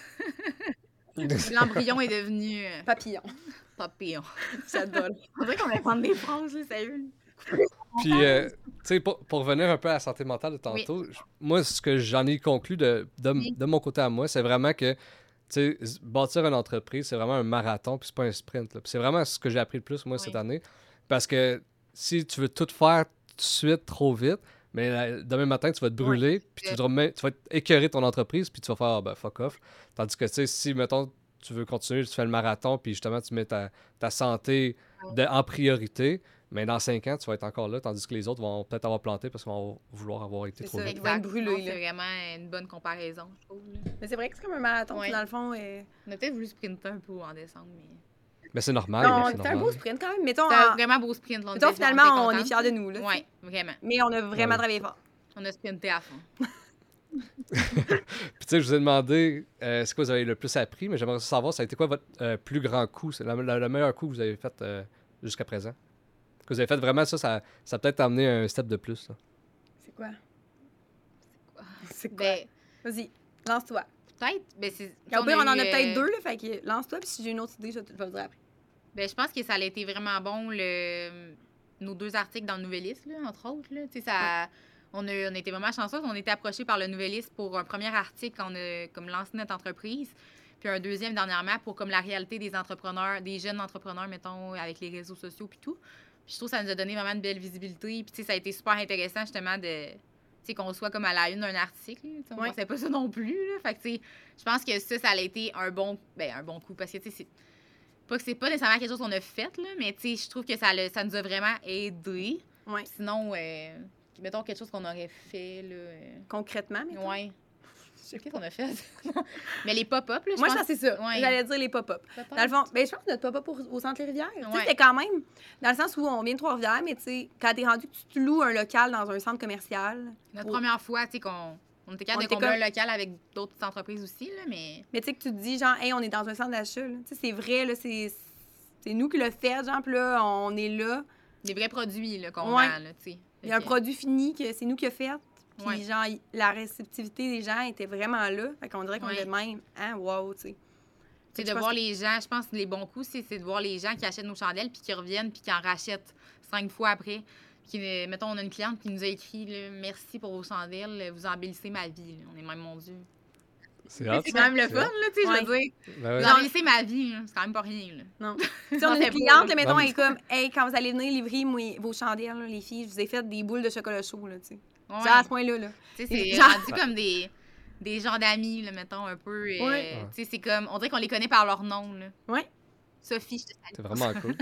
L'embryon est devenu. Papillon. Papillon. J'adore. On dirait qu'on va prendre des phrases, là, sérieux. Puis, tu sais, pour revenir un peu à la santé mentale de tantôt, moi, ce que j'en ai conclu de mon côté à moi, c'est vraiment que, tu sais, bâtir une entreprise, c'est vraiment un marathon, puis c'est pas un sprint. Là. Puis c'est vraiment ce que j'ai appris le plus, moi, cette année. Parce que si tu veux tout faire de suite trop vite, mais demain matin, tu vas te brûler, puis tu vas écœurer ton entreprise, puis tu vas faire ah, ben, fuck off. Tandis que, tu sais, si, mettons, tu veux continuer, tu fais le marathon, puis justement, tu mets ta santé en priorité, mais dans 5 ans, tu vas être encore là, tandis que les autres vont peut-être avoir planté parce qu'ils vont vouloir avoir été trop vite. Ils vont être brûlés. C'est vraiment une bonne comparaison, je trouve. Là. Mais c'est vrai que c'est comme un marathon, dans le fond. On a peut-être voulu sprinter un peu en décembre, mais c'est normal. Non, c'était un beau sprint quand même. Mettons, c'était un vraiment beau sprint. Là, mettons, finalement, on est fiers de nous. Oui, vraiment. Mais on a vraiment travaillé fort. On a sprinté à fond. Puis tu sais, je vous ai demandé ce que vous avez le plus appris, mais j'aimerais savoir, ça a été quoi votre plus grand coup, c'est le meilleur coup que vous avez fait jusqu'à présent? Que vous avez fait vraiment ça a peut-être amené un step de plus. Là. C'est quoi? C'est quoi? Ben, vas-y, lance-toi. Peut-être. Ben, Au pire, on en a peut-être deux, là, fait que lance-toi, puis si j'ai une autre idée, je vais le dire après. Ben, je pense que ça a été vraiment bon, nos 2 articles dans le Nouvelliste, là, entre autres. Là. Ça, on a été vraiment chanceux. On a été approchés par le Nouvelliste pour un premier article quand on a comme lancé notre entreprise, puis un deuxième dernièrement pour comme la réalité des entrepreneurs, des jeunes entrepreneurs, mettons, avec les réseaux sociaux puis tout. Puis je trouve que ça nous a donné vraiment une belle visibilité. Puis ça a été super intéressant, justement, qu'on soit comme à la une d'un article. On ne pensait pas ça non plus. Là. Fait que, je pense que ça a été un bon coup. Parce que, c'est pas que c'est pas nécessairement quelque chose qu'on a fait, là, mais je trouve que ça nous a vraiment aidé. Ouais. Sinon, mettons quelque chose qu'on aurait fait. Là, concrètement, mettons? Oui. Qu'est-ce qu'on a fait? Mais les pop-up, là, moi, je pense que c'est ça. Ouais. J'allais dire les pop-up. Dans le fond, je pense que notre pop-up au centre Rivière, c'était quand même, dans le sens où on vient de Trois-Rivières, mais tu sais, quand t'es rendu que tu te loues un local dans un centre commercial. Notre première fois, tu sais, on était capable de combler un local avec d'autres entreprises aussi, là, mais... Mais tu sais, que tu te dis, genre, hey, on est dans un centre d'achat, là. Tu sais, c'est vrai, là, c'est nous qui le fait, genre, puis là, on est là. Des vrais produits, là, qu'on vend, là, tu sais. Il y a un produit fini que c'est nous qui a fait. Puis, genre, la réceptivité des gens était vraiment là. Fait qu'on dirait qu'on est même, hein, wow, tu sais. C'est de voir les gens, je pense que les bons coups, c'est de voir les gens qui achètent nos chandelles, puis qui reviennent, puis qui en rachètent 5 fois après. Puis, mettons, on a une cliente qui nous a écrit là, « Merci pour vos chandelles, vous embellissez ma vie. » On est même, mon Dieu. C'est quand même le fun, là, tu sais, je veux dire. Vous embellissez ma vie, c'est quand même pas rien, là. Non. Si on a une cliente, là, mettons, elle est comme « Hey, quand vous allez venir livrer vos chandelles, là, les filles, je vous ai fait des boules de chocolat chaud, là, tu sais. » Genre à ce point-là, là. Tu sais, c'est rendu comme des gens d'amis, là, mettons, un peu. Tu sais, c'est comme, on dirait qu'on les connaît par leur nom, là. Oui. Sophie, je te salue. C'est vraiment cool.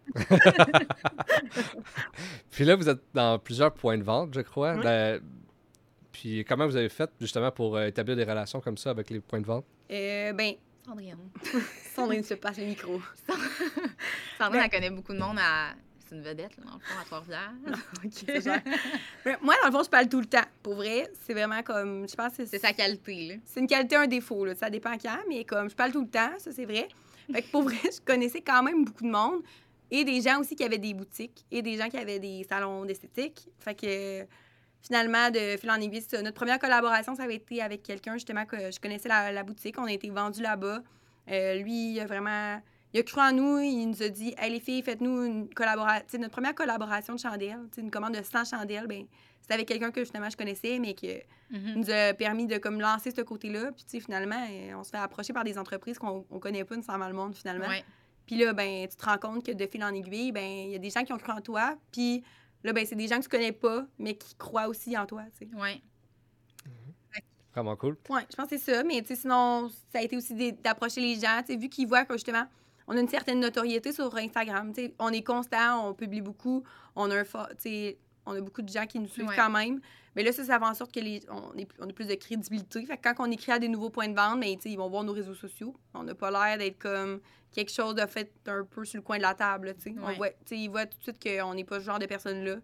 Puis là, vous êtes dans plusieurs points de vente, je crois. Oui. Puis comment vous avez fait, justement, pour établir des relations comme ça avec les points de vente? Sandrine. Sandrine se passe le micro. Sandrine, elle connaît beaucoup de monde C'est une vedette, là, dans le fond, à Trois-Rivières. Moi, dans le fond, je parle tout le temps. Pour vrai, c'est vraiment comme... Je pense que c'est sa qualité, là. C'est une qualité, un défaut, là. Ça dépend quand, mais comme je parle tout le temps, ça, c'est vrai. Fait que pour vrai, je connaissais quand même beaucoup de monde. Et des gens aussi qui avaient des boutiques. Et des gens qui avaient des salons d'esthétique. Fait que... Finalement, de fil en aiguille, c'est ça. Notre première collaboration, ça avait été avec quelqu'un, justement, que je connaissais la boutique. On a été vendus là-bas. Lui, il a vraiment... Il a cru en nous. Il nous a dit « Hey, les filles, faites-nous une collaboration. » Notre première collaboration de chandelles, une commande de 100 chandelles, ben c'était avec quelqu'un que, justement, je connaissais, mais qui nous a permis de comme, lancer ce côté-là. Puis, finalement, on se fait approcher par des entreprises qu'on connaît pas nécessairement le monde, finalement. Ouais. Puis là, ben tu te rends compte que de fil en aiguille, ben il y a des gens qui ont cru en toi. Puis là, ben c'est des gens que tu connais pas, mais qui croient aussi en toi, tu sais. Oui. Vraiment cool. Oui, je pense que c'est ça. Mais tu sais, sinon, ça a été aussi d'approcher les gens, tu sais, vu qu'ils voient que, justement, on a une certaine notoriété sur Instagram. Tu sais, on est constant, on publie beaucoup, on a on a beaucoup de gens qui nous suivent quand même. Mais là, ça fait en sorte que on a plus de crédibilité. Fait que quand on écrit à des nouveaux points de vente, ben, ils vont voir nos réseaux sociaux. On n'a pas l'air d'être comme quelque chose de fait un peu sur le coin de la table. Ils voient tout de suite qu'on n'est pas ce genre de personne-là.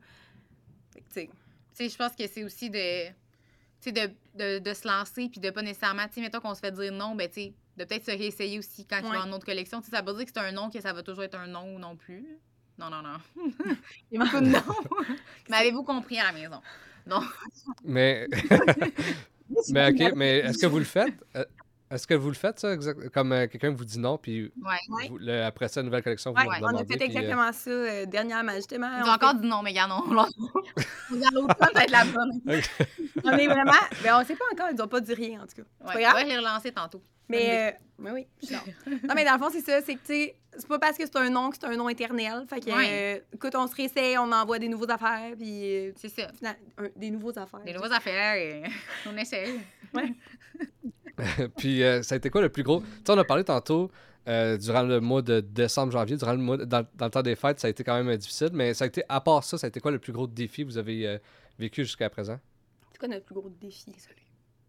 Je pense que c'est aussi de se lancer puis de pas nécessairement, mettons qu'on se fait dire non, ben, de peut-être se réessayer aussi quand il va en autre collection. Ça veut pas dire que c'est un non, que ça va toujours être un non non plus. Non. Il y a beaucoup de non. Mais avez-vous compris à la maison? Non. Mais OK, mais est-ce que vous le faites? Est-ce que vous le faites, ça, comme quelqu'un vous dit non, puis Ouais. après ça, nouvelle collection, vous Ouais, leur on a demandez, fait puis, exactement ça dernièrement, justement. Ils ont encore dit non, mais regarde, on regarde l'autre fois, ça va être la bonne. On est vraiment... Ben, on sait pas encore, ils nous ont pas dit rien, en tout cas. C'est pas Ouais, grave. je vais relancer tantôt. Mais oui, je suis d'accord. Non, mais dans le fond, c'est ça, c'est que, tu sais, c'est pas parce que c'est un nom que c'est un nom éternel. Fait que, Ouais. écoute, on se réessaye, on envoie des nouveaux affaires, puis... C'est ça. Des nouveaux affaires. Des nouvelles affaires, et on essaye. Ouais. puis ça a été quoi le plus gros? Tu sais, on a parlé tantôt durant le mois de décembre, janvier, durant le mois, dans le temps des fêtes, ça a été quand même difficile, mais ça a été, à part ça a été quoi le plus gros défi que vous avez vécu jusqu'à présent? C'est quoi notre plus gros défi? Désolée.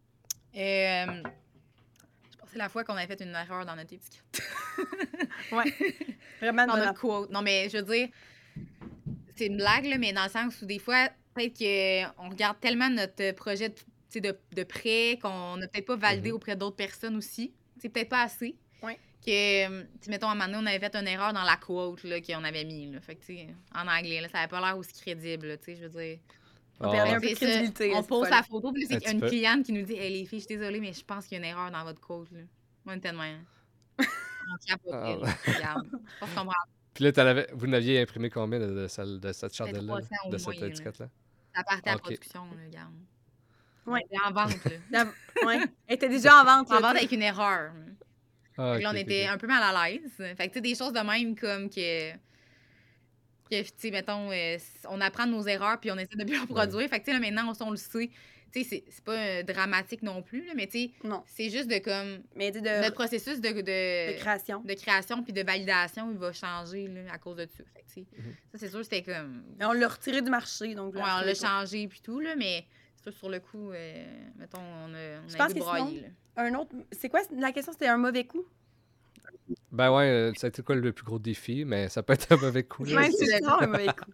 Je pense que c'est la fois qu'on avait fait une erreur dans notre étiquette. Ouais. Vraiment Dans notre quote. Non, mais je veux dire, c'est une blague, là, mais dans le sens où des fois, peut-être qu'on regarde tellement notre projet de prêt qu'on n'a peut-être pas validé auprès d'autres personnes aussi. C'est peut-être pas assez. Ouais. Que, mettons, à un moment donné, on avait fait une erreur dans la quote là, qu'on avait mis. Là. Fait que, tu sais, en anglais, là, ça n'avait pas l'air aussi crédible, tu sais, je veux dire. On perdait un peu de C'est crédibilité. ça. On pose la photo, puis c'est Un petit une peu. cliente qui nous dit « Hey, les filles, je suis désolée, mais je pense qu'il y a une erreur dans votre quote. » Moi, on était de même. On capotait, là. Regarde. Je pense qu'on comprend. Puis là, vous n'aviez imprimé combien de cette chandelle-là, 300 au de moins, cette là. étiquette-là? Ça partait à Ok. production, là, regarde. Ouais. Elle était en vente, là. Ouais. Elle était déjà en vente. En vente avec une erreur. Ah, Fait que là, ok, on ok, était ok. un peu mal à l'aise. Fait que, tu sais, des choses de même comme que tu sais, mettons, on apprend de nos erreurs puis on essaie de bien en produire. Fait que, tu sais, là, maintenant, on le sait. Tu sais, c'est pas dramatique non plus, là, mais tu sais, Non. c'est juste de comme. Mais de Notre processus de création. De création puis de validation, il va changer là, à cause de ça. Fait que, tu sais, ça, c'est sûr, c'était comme. Mais on l'a retiré du marché, donc... Ouais, on l'a changé puis tout, là, mais c'est sûr, sur le coup, mettons, on a pense dû que broyer, sinon, là. Un autre... C'est quoi la question? C'était un mauvais coup? Ben ouais, ça a été quoi le plus gros défi, mais ça peut être un mauvais coup. Là, Même aussi. si c'est ça, un mauvais coup.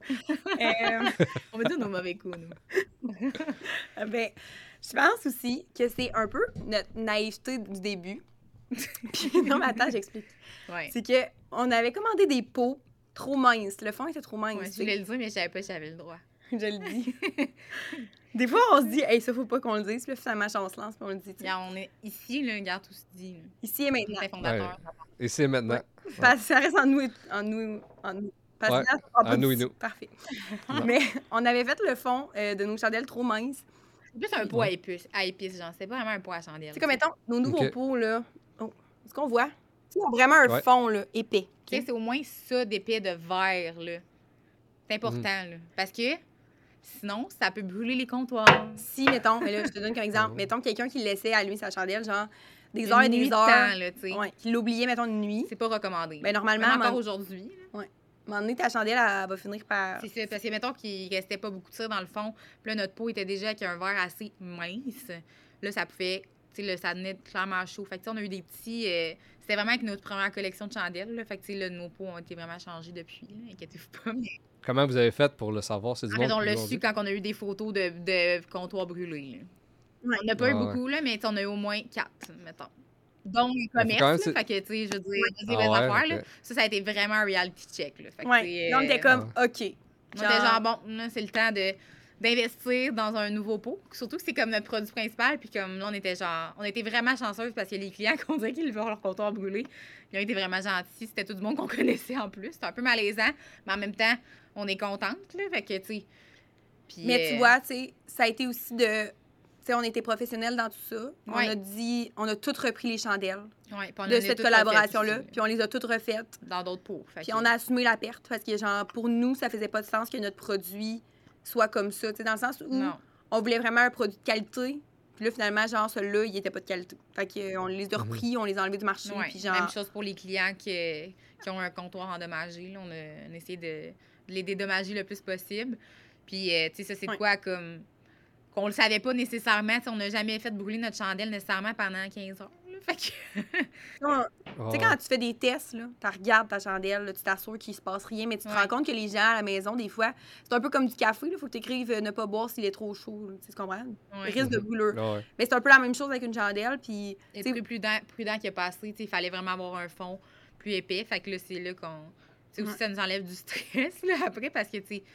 On va dire nos mauvais coups, nous. Ben, je pense aussi que c'est un peu notre naïveté du début. Puis, non, mais attends, j'explique. Ouais. C'est que on avait commandé des pots trop minces. Le fond était trop mince. Ouais, tu je sais. voulais le dire, mais je savais pas si j'avais le droit. Je le dis. Des fois, on se dit, hey, ça, faut pas qu'on le dise. Puis là, finalement, on se lance, puis on le dit. tu sais. Regarde, on est ici, là, regarde tout se dit. Là. Ici et maintenant. Les fondateurs. Et c'est maintenant. Ouais. Parce que ça reste en nous. Parce Ouais, que là, ça prend pas en nous et d'ici. nous. Parfait. Non. Mais on avait fait le fond de nos chandelles trop minces. C'est plus un pot à épices, genre. C'est pas vraiment un pot à chandelle. C'est comme, mettons, nos nouveaux Ok. pots, là. Oh, est-ce qu'on voit? Ils ont vraiment un Ouais. fond, là, épais. Tu sais, c'est au moins ça d'épais de verre, là. C'est important, là. Parce que sinon, ça peut brûler les comptoirs. Si, mettons, mais là, je te donne comme exemple, Mhm. mettons quelqu'un qui laissait allumer sa chandelle, genre, des Une heures et nuit des de heures. temps, là, tu sais. Ouais, qui l'oubliait, mettons, une nuit. C'est pas recommandé. Ben, normalement, Même à un encore moment- aujourd'hui. là. à un moment donné, ta chandelle, elle va finir par... C'est ça. Parce que, mettons qu'il restait pas beaucoup de cire dans le fond, puis là, notre pot était déjà avec un verre assez mince. Là, ça pouvait... Tu sais, là, ça venait clairement chaud. Fait que, tu sais, on a eu des petits... C'était vraiment avec notre première collection de chandelles, là. Fait que, tu sais, là, nos pots ont été vraiment changés depuis, là. Inquiétez-vous pas. Mais... Comment vous avez fait pour le savoir? C'est du En monde fait, on qui l'a vous l'ont su dit? quand on a eu des photos de comptoirs brûlés, là. Ouais. On n'a pas eu Ah, ouais. beaucoup, là, mais tu sais, on a eu au moins 4, mettons. Donc, les Mais faut quand même, commerces, là, fait que, tu sais, je veux dire, Ah les ouais, affaires, là, ok. ça a été vraiment un reality check, là. Fait que, tu Ouais, sais, là, on était comme, OK. on était genre, bon, là, c'est le temps d'investir dans un nouveau pot. Surtout que c'est comme notre produit principal. Puis comme là, on était vraiment chanceuses parce que les clients qu'on dirait qu'ils veulent leur comptoir brûlé, ils ont été vraiment gentils. C'était tout le monde qu'on connaissait en plus. C'était un peu malaisant, mais en même temps, on est contente, là. Fait que, tu sais. Puis, Mais tu vois, tu sais, ça a été aussi de... Tu sais, on était professionnels dans tout ça. Ouais. On a toutes repris les chandelles ouais, puis on en de a cette tout collaboration-là. refait aussi, Puis on les a toutes refaites. dans d'autres pots. Fait Puis que- on a assumé la perte parce que, genre, pour nous, ça faisait pas de sens que notre produit soit comme ça. Tu sais, dans le sens où Non. on voulait vraiment un produit de qualité. Puis là, finalement, genre, celui-là, il était pas de qualité. Fait qu'on les a repris, on les a enlevés du marché. Ouais, Puis genre... même chose pour les clients qui ont un comptoir endommagé. Là, on a essayé de les dédommager le plus possible. Puis, tu sais, ça, c'est de Ouais. quoi comme... Qu'on le savait pas nécessairement. Tu sais, on n'a jamais fait brûler notre chandelle nécessairement pendant 15 heures. Là. Fait que... Non, Ah, tu sais, quand tu fais des tests, là, tu regardes ta chandelle, là, tu t'assures qu'il se passe rien, mais tu te Ouais. rends compte que les gens à la maison, des fois, c'est un peu comme du café, il faut que tu écrives ne pas boire s'il est trop chaud. Là, tu sais, tu comprends? Ouais. Risque de brûlure. Ah ouais. Mais c'est un peu la même chose avec une chandelle, puis... tu Être sais, plus prudent qu'il a passé. Il fallait vraiment avoir un fond plus épais. Fait que là, c'est là qu'on... Tu sais, aussi, Ouais. ça nous enlève du stress là, après parce que, tu sais,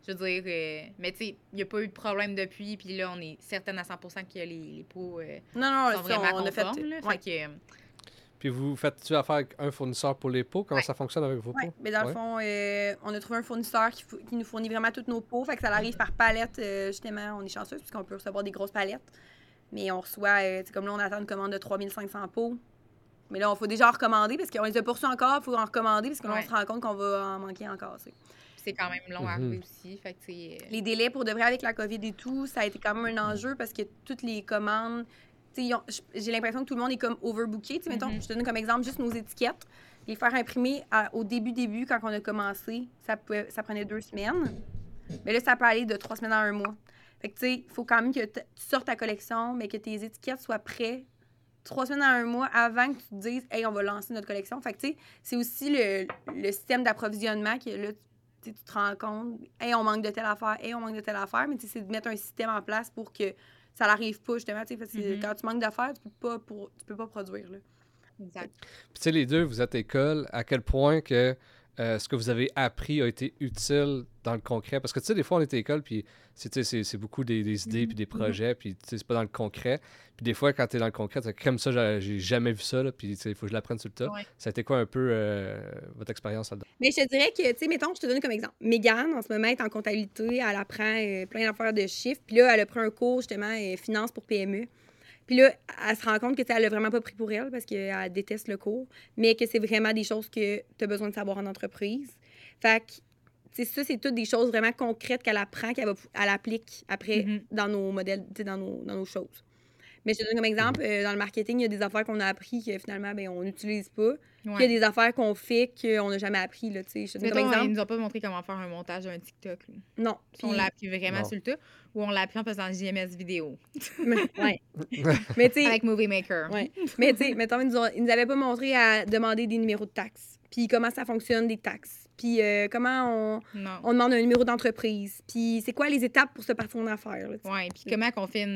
Je veux dire, mais tu sais, il n'y a pas eu de problème depuis, puis là, on est certaine à 100% que les pots Non, sont vraiment on a fait. conformes. Là, Ouais. fait que, Puis vous faites-tu affaire avec un fournisseur pour les pots? Comment Ouais. ça fonctionne avec vos Ouais, pots? mais dans le fond, on a trouvé un fournisseur qui nous fournit vraiment tous nos pots. Fait que ça arrive par palette, justement. On est chanceux puisqu'on peut recevoir des grosses palettes. Mais on reçoit, comme là, on attend une commande de 3500 pots. Mais là, il faut déjà en recommander parce qu'on les a poursuis encore. Il faut en recommander parce que là, on Ouais. se rend compte qu'on va en manquer encore. c'est quand même long à arriver aussi. Fait que, tu sais, Les délais pour de vrai avec la COVID et tout, ça a été quand même un enjeu parce que toutes les commandes, tu sais, j'ai l'impression que tout le monde est comme overbooké. Tu sais, mettons, je te donne comme exemple juste nos étiquettes. Les faire imprimer au début, quand on a commencé, ça prenait 2 semaines. Mais là, ça peut aller de 3 semaines à 1 mois. Fait que, tu sais, il faut quand même que tu sortes ta collection, mais que tes étiquettes soient prêtes 3 semaines à 1 mois avant que tu te dises, hey, on va lancer notre collection. Fait que, tu sais, c'est aussi le système d'approvisionnement que là, tu te rends compte, hey, on manque de telle affaire, hey, on manque de telle affaire, mais c'est de mettre un système en place pour que ça n'arrive pas, justement. Parce que quand tu manques d'affaires, tu peux pas produire. Là. exact. Puis tu sais, les deux, vous êtes école, à quel point que ce que vous avez appris a été utile dans le concret? Parce que tu sais, des fois, on est à l'école, puis c'est beaucoup des idées, puis des projets, puis tu sais, c'est pas dans le concret. Puis des fois, quand tu es dans le concret, tu comme ça, j'ai jamais vu ça, là, puis il faut que je l'apprenne sur le tas. Ouais. Ça a été quoi un peu votre expérience là-dedans? Mais je te dirais que, tu sais, mettons, je te donne comme exemple. Mégane, en ce moment, est en comptabilité, elle apprend plein d'affaires de chiffres, puis là, elle a pris un cours, justement, finance pour PME. Puis là, elle se rend compte que elle l'a vraiment pas pris pour elle parce qu'elle déteste le cours, mais que c'est vraiment des choses que tu as besoin de savoir en entreprise. Fait que, tu sais, ça, c'est toutes des choses vraiment concrètes qu'elle apprend, qu'elle applique après dans nos modèles, tu sais, dans nos choses. Mais je te donne comme exemple, dans le marketing, il y a des affaires qu'on a appris que finalement, ben, on n'utilise pas. Puis il y a des affaires qu'on fait qu'on n'a jamais appris, là, tu sais. Je te donne comme Mettons, ils exemple. nous ont pas montré comment faire un montage d'un TikTok. Là. Non. On l'a appris vraiment Non. sur le tas ou on l'a appris en faisant JMS vidéo. Ouais. Mais tu sais, Avec Movie Maker. ouais. Mais tu sais, mettons, ils nous avaient pas montré à demander des numéros de taxes. Puis comment ça fonctionne, des taxes. Puis comment Non. on demande un numéro d'entreprise. Puis c'est quoi les étapes pour se partir en affaires, là, tu sais. Ouais, puis comment qu'on fait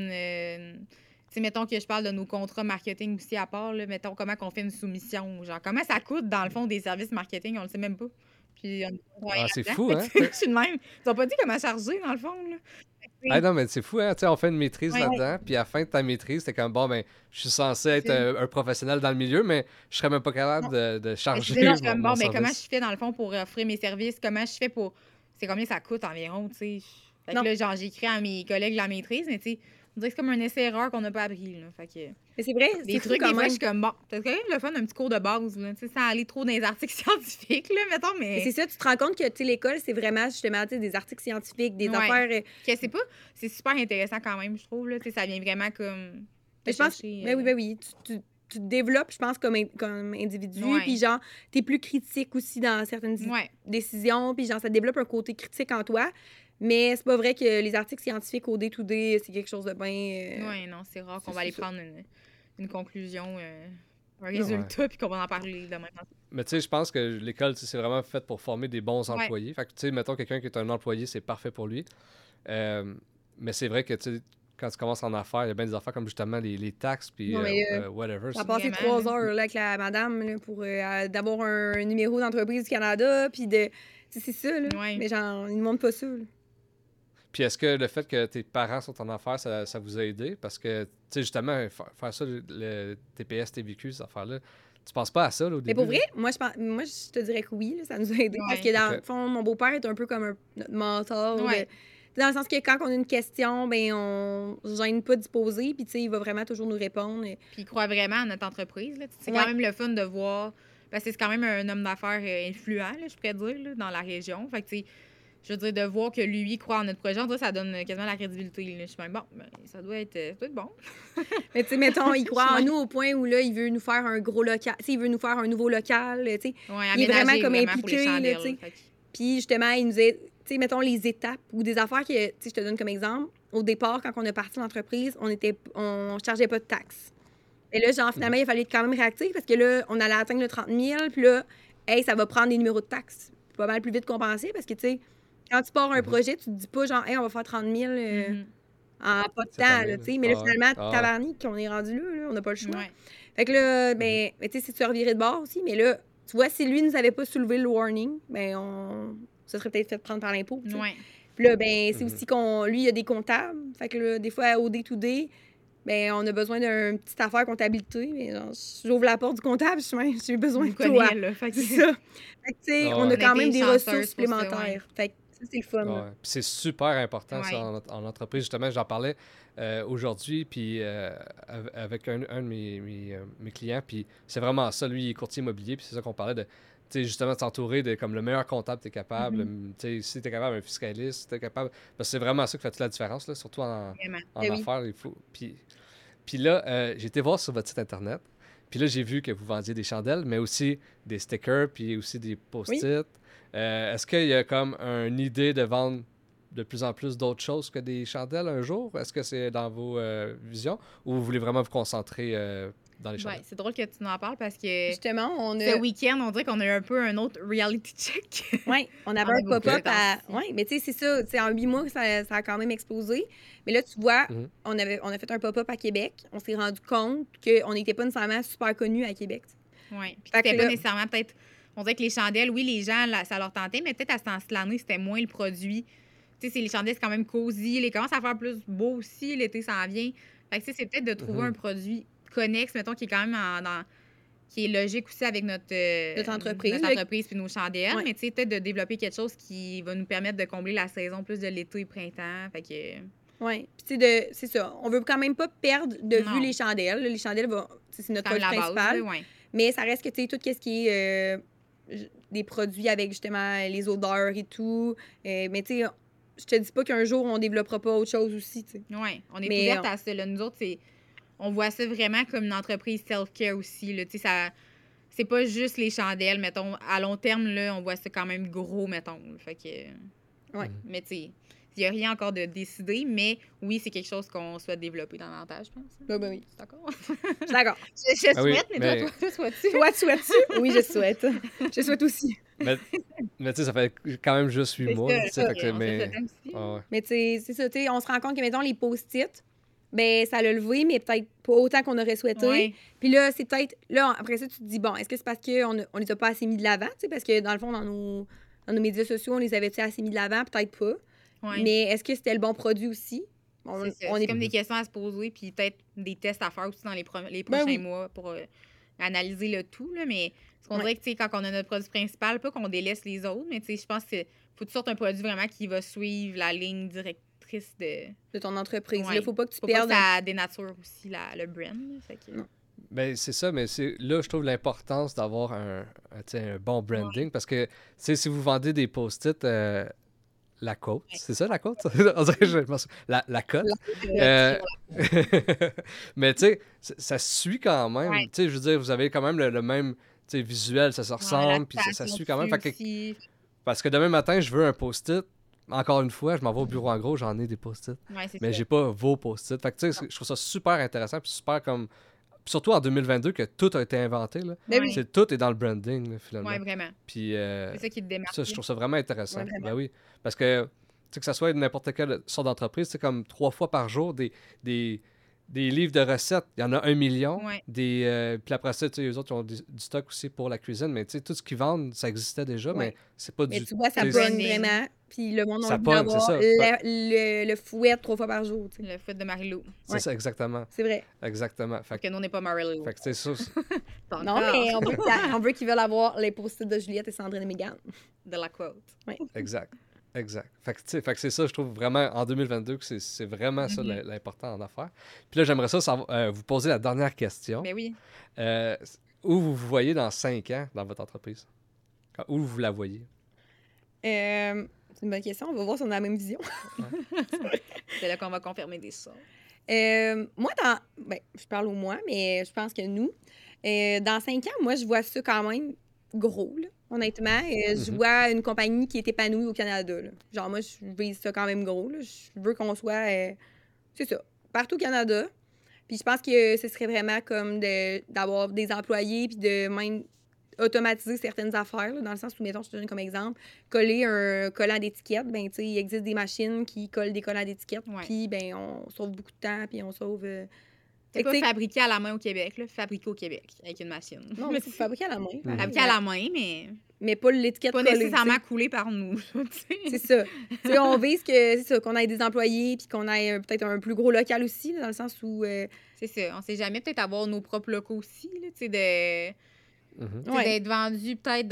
tu sais, mettons que je parle de nos contrats marketing aussi à part, là, mettons comment qu'on fait une soumission. Genre, comment ça coûte, dans le fond, des services marketing, on le sait même pas. Puis, Ah, c'est fou, hein? Je suis de même. Ils ont pas dit comment charger, dans le fond, là. Ah non, mais c'est fou, hein? Tu sais, on fait une maîtrise Ouais. là-dedans, puis à la fin de ta maîtrise, t'es comme, bon, ben, je suis censé être un professionnel dans le milieu, mais je serais même pas capable de charger Je suis comme, mon bon, ben, comment service. je fais, dans le fond, pour offrir mes services? Comment je fais pour... C'est combien ça coûte environ, tu sais? Fait que Non. là, genre, j'ai écrit à mes collègues de la maîtrise, mais tu sais, on dirait que c'est comme un essai-erreur qu'on n'a pas appris, là. Fait que... Mais c'est vrai, Des c'est fou trucs, quand des fois, même. je suis comme, bon, c'est quand même le fun, un petit cours de base, là, tu sais, sans aller trop dans les articles scientifiques, là, mettons, Mais mais... c'est ça, tu te rends compte que, tu sais, l'école, c'est vraiment, justement, tu sais, des articles scientifiques, des Ouais. affaires... Que c'est pas... C'est super intéressant quand même, je trouve, là, tu sais, ça vient vraiment comme... Mais je pense, oui, tu te développes, je pense, comme individu. Ouais. Puis genre, t'es plus critique aussi dans certaines Ouais. décisions. Puis genre, ça développe un côté critique en toi. Mais c'est pas vrai que les articles scientifiques au day-to-day, c'est quelque chose de bien... Ouais, non, c'est rare qu'on c'est va aller ça. prendre une conclusion, un résultat, puis qu'on va en parler de même. Mais tu sais, je pense que l'école, tu sais, c'est vraiment fait pour former des bons Ouais. employés. Fait que, tu sais, mettons quelqu'un qui est un employé, c'est parfait pour lui. Mais c'est vrai que, tu sais, quand tu commences en affaires, il y a bien des affaires comme justement les taxes, puis Non, mais, whatever. On a passé Vraiment, 3 heures là, avec la madame là, pour d'avoir un numéro d'entreprise du Canada. Puis de... tu sais, c'est ça, là. Ouais. Mais genre, ils ne montrent pas ça, là. Puis est-ce que le fait que tes parents sont en affaires, ça vous a aidé? Parce que, tu sais, justement, faire ça, le TPS, TVQ, ces affaires-là, tu penses pas à ça, là, au début? Mais pour vrai, là? moi, je te dirais que oui, là, ça nous a aidés. Ouais. Parce que dans Ok. le fond, mon beau-père est un peu comme notre mentor. Ouais. Dans le sens que quand on a une question, ben on se gêne pas d'y poser. Puis, tu sais, il va vraiment toujours nous répondre. Puis il croit vraiment à notre entreprise, là. C'est Ouais. quand même le fun de voir... Parce que c'est quand même un homme d'affaires influent, là, je pourrais dire, là, dans la région. Fait que, tu sais, je veux dire, de voir que lui croit en notre projet, on dirait que ça donne quasiment la crédibilité, là. Je suis même, bon, ben, ça doit être bon. Mais tu sais, mettons, il croit en Ouais. nous au point où là, il veut nous faire un gros local. Tu sais, il veut nous faire un nouveau local, tu sais. Ouais, Il est vraiment aménager comme pour les impliqué, là, chandelles, tu sais. fait que- Puis justement, il nous aide, tu sais, mettons les étapes ou des affaires que, tu sais, je te donne comme exemple. Au départ, quand on a parti l'entreprise, on chargeait pas de taxes. Et là, genre, finalement, il a fallu être quand même réactif parce que là, on allait atteindre le 30 000. Puis là, hey, ça va prendre des numéros de taxes. Pas mal plus vite qu'on pensait parce que, tu sais, quand tu pars un projet, tu te dis pas genre, hey, on va faire 30 000 Mhm. en pas de Cette temps, année, là, là. tu sais. Mais là, Ah ouais. finalement, Ah ouais. tabarnak, qu'on est rendu là, on n'a pas le choix. Ouais. Fait que là, ben, mais tu sais, c'est tu revirer de bord aussi. Mais là, tu vois, si lui nous avait pas soulevé le warning, ben, on se serait peut-être fait prendre par l'impôt, tu sais. Ouais. Puis là, ben, c'est Mhm. aussi lui, il a des comptables. Fait que là, des fois, au day-to-day, ben, on a besoin d'une petite affaire comptabilité. Mais genre, j'ouvre la porte du comptable, j'ai Il besoin nous de toi. connaît, là. Fait que C'est ça. Fait que, tu sais, Ah on ouais. a on a quand même été des ressources chanceuses pour ça, ouais. supplémentaires. Fait que ça, c'est le fun. Ouais. Là. Puis c'est super important, ça, Ouais. en entreprise. Justement, j'en parlais aujourd'hui, puis avec un de mes clients, puis c'est vraiment ça. Lui, il est courtier immobilier, puis c'est ça qu'on parlait de, tu sais, justement, de s'entourer de comme le meilleur comptable que tu es capable. Tu sais, si tu es capable, un fiscaliste, si tu es capable. Parce que c'est vraiment ça qui fait toute la différence, là, surtout en Vraiment. Ben oui. affaires. Il faut. Puis là, j'ai été voir sur votre site internet. Puis là, j'ai vu que vous vendiez des chandelles, mais aussi des stickers, puis aussi des Oui. post-it. Est-ce qu'il y a comme une idée de vendre de plus en plus d'autres choses que des chandelles un jour? Est-ce que c'est dans vos visions ou vous voulez vraiment vous concentrer dans les Ouais, chandelles? c'est drôle que tu en parles parce que Justement, on ce a. week-end, on dirait qu'on a eu un peu un autre reality check. Oui, on avait On a un beaucoup pop-up de à. temps-ci. Oui, mais tu sais, c'est ça. Tu sais, en 8 mois, ça a quand même explosé. Mais là, tu vois, Mhm. on a fait un pop-up à Québec. On s'est rendu compte qu'on n'était pas nécessairement super connus à Québec. Oui. Puis Fait que c'était pas là- nécessairement peut-être. On dirait que les chandelles, oui, les gens, là, ça leur tentait, mais peut-être à ce temps-ci de l'année, c'était moins le produit. Tu sais, les chandelles, c'est quand même cosy. Les commence à faire plus beau aussi. L'été s'en vient. Fait que, tu sais, c'est peut-être de trouver Mhm. un produit connexe, mettons, qui est quand même qui est logique aussi avec Notre entreprise, notre là. entreprise puis nos chandelles. Ouais. Mais tu sais, peut-être de développer quelque chose qui va nous permettre de combler la saison plus de l'été et printemps. Fait que. Oui. Puis, tu sais, c'est ça. On veut quand même pas perdre de vue Non. les chandelles. Là, les chandelles, tu sais, c'est notre Quand même produit la base, principal. là, ouais. Mais ça reste que, tu sais, tout ce qui est des produits avec justement les odeurs et tout. Mais, tu sais, je te dis pas qu'un jour, on développera pas autre chose aussi, tu sais. Oui, on est Mais, ouverte à ça. Là. Nous autres, on voit ça vraiment comme une entreprise self-care aussi. Là. Ça, c'est pas juste les chandelles, mettons. À long terme, là, on voit ça quand même gros, mettons. Fait que, Ouais. mais tu sais, il n'y a rien encore de décidé, mais oui, c'est quelque chose qu'on souhaite développer davantage, je pense. Ben oui. C'est d'accord? Je suis d'accord. Je Ah oui, souhaite, mais mais- toi, souhaites-tu? Toi, tu souhaites-tu? Oui, je souhaite. Je souhaite aussi. Mais tu sais, ça fait quand même juste 8 C'est mois. ça, Là, tu sais, fait que, on se mais... souhaite aussi. Ah ouais. Mais tu sais, c'est ça, tu sais, on se rend compte que, mettons, les post-it, ben ça l'a levé, mais peut-être pas autant qu'on aurait souhaité. Ouais. Puis là, c'est peut-être... Là, après ça, tu te dis, bon, est-ce que c'est parce qu'on les a pas assez mis de l'avant, tu sais, parce que, dans le fond, dans nos médias sociaux, on les avait-tu assez mis de l'avant? Peut-être pas. Ouais. Mais est-ce que c'était le bon produit aussi? C'est ça. On C'est est... comme des questions à se poser, puis peut-être des tests à faire aussi dans les Ben prochains oui. mois pour analyser le tout. Là. Mais ce qu'on Ouais. dirait que, tu sais, quand on a notre produit principal, pas qu'on délaisse les autres, mais tu sais, je pense que faut que tu sortes un produit vraiment qui va suivre la ligne directrice de. de ton entreprise. Ouais. Là, faut pas que tu Faut pas perdes... que ça dénature aussi le brand. Là. Fait que... Non. Ben, c'est ça, mais c'est là, je trouve l'importance d'avoir tu sais, un bon branding parce que, tu sais, si vous vendez des post-it, la côte, c'est ça la côte? On dirait que je pense- la cote. Euh, mais tu sais, ça suit quand même. Ouais. Tu sais, je veux dire, vous avez quand même le même tu sais, visuel, ça se ressemble, puis ça suit quand même. Fait que- Aussi. parce que demain matin, je veux un post-it. Encore une fois, je m'en vais au bureau en gros, j'en ai des post-it. Ouais, c'est Mais ça. j'ai pas vos post-it. Fait que tu sais, je trouve ça super intéressant, puis super comme. Surtout en 2022, que tout a été inventé. Là. Ben oui. Ouais. C'est tout est dans le branding, là, finalement. Ouais, vraiment. Puis C'est ça qui te démarque. ça, je trouve ça vraiment intéressant. Ouais, vraiment. Ben oui. Parce que, tu sais, que ça soit n'importe quelle sorte d'entreprise, c'est comme 3 fois par jour des livres de recettes. Il y en a 1 million. Ouais. Puis après ça, tu sais, eux autres, ils ont du stock aussi pour la cuisine. Mais tu sais, tout ce qu'ils vendent, ça existait déjà, Ouais. mais c'est pas Mais du. tu vois, ça tu sais, pogne vraiment. Puis le monde Ça a envie pogne, d'avoir c'est ça. le fouet 3 fois par jour, tu sais. Le foot de Marie-Lou. C'est Ouais. ça, exactement. C'est vrai. Exactement. Fait Parce que nous, on n'est pas Marie-Lou. que, tu sais, ça, c'est- Pas Non, encore. mais on veut qu'ils veulent avoir les post-it de Juliette et Sandrine et Mégane. De la quote. exact. Exact. Fait que, tu sais, fait que c'est ça, je trouve vraiment en 2022 que c'est vraiment ça l'important en affaires. Puis là, j'aimerais ça vous poser la dernière question. Mais oui. Où vous vous voyez dans 5 ans dans votre entreprise? Où vous la voyez? C'est une bonne question. On va voir si on a la même vision. C'est là qu'on va confirmer des choses. Moi, ben, je parle au moi, mais je pense que nous, dans 5 ans, moi, je vois ça quand même gros, là, honnêtement. Je vois une compagnie qui est épanouie au Canada. Là. Genre, moi, je vise ça quand même gros. Là. Je veux qu'on soit, c'est ça, partout au Canada. Puis je pense que ce serait vraiment comme d'avoir des employés puis de même automatiser certaines affaires, là, dans le sens où, mettons, je te donne comme exemple, coller un collant d'étiquette, ben, tu sais, il existe des machines qui collent des collants d'étiquette, Ouais. puis, ben, on sauve beaucoup de temps, puis on sauve C'est Fait que, pas tu sais, fabriqué à la main au Québec, là. Fabriqué au Québec avec une machine. non, mais c'est fabriqué à la main. Fabriqué à la main, Mais pas l'étiquette pas collée, nécessairement tu sais. coulé par nous. Tu C'est sais. ça. Tu sais, on vise que, c'est ça, qu'on ait des employés puis qu'on ait peut-être un plus gros local aussi, là, dans le sens où... C'est ça. On sait jamais peut-être avoir nos propres locaux aussi, là, tu sais, de... Mhm. Tu sais, Ouais. d'être vendu peut-être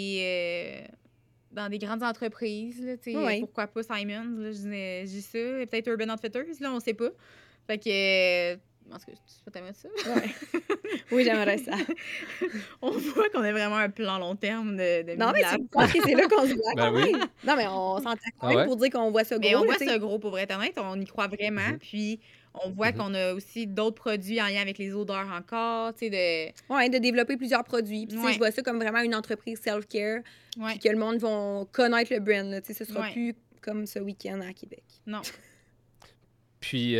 dans des grandes entreprises, là, tu sais, Ouais. pourquoi pas Simons, là, je dis ça, et peut-être Urban Outfitters, là, on sait pas. Fait que, en tout cas, tu peux t'aimer ça? Ouais. Oui, j'aimerais ça. On voit qu'on a vraiment un plan long terme de Non, mais mise je pense que c'est là qu'on se voit Ben quand oui. même. Non, mais on s'entend quand Ah même ouais? pour dire qu'on voit ça Mais gros, on là, voit tu sais. ça gros, pour être honnête, on y croit vraiment. Mhm. Puis on voit Mhm. qu'on a aussi d'autres produits en lien avec les odeurs encore, tu sais, Ouais, de développer plusieurs produits. Puis, tu sais, Ouais. je vois ça comme vraiment une entreprise self-care, Ouais. puis que le monde va connaître le brand, là, tu sais, ce sera Ouais. plus comme ce week-end à Québec. Non. Puis,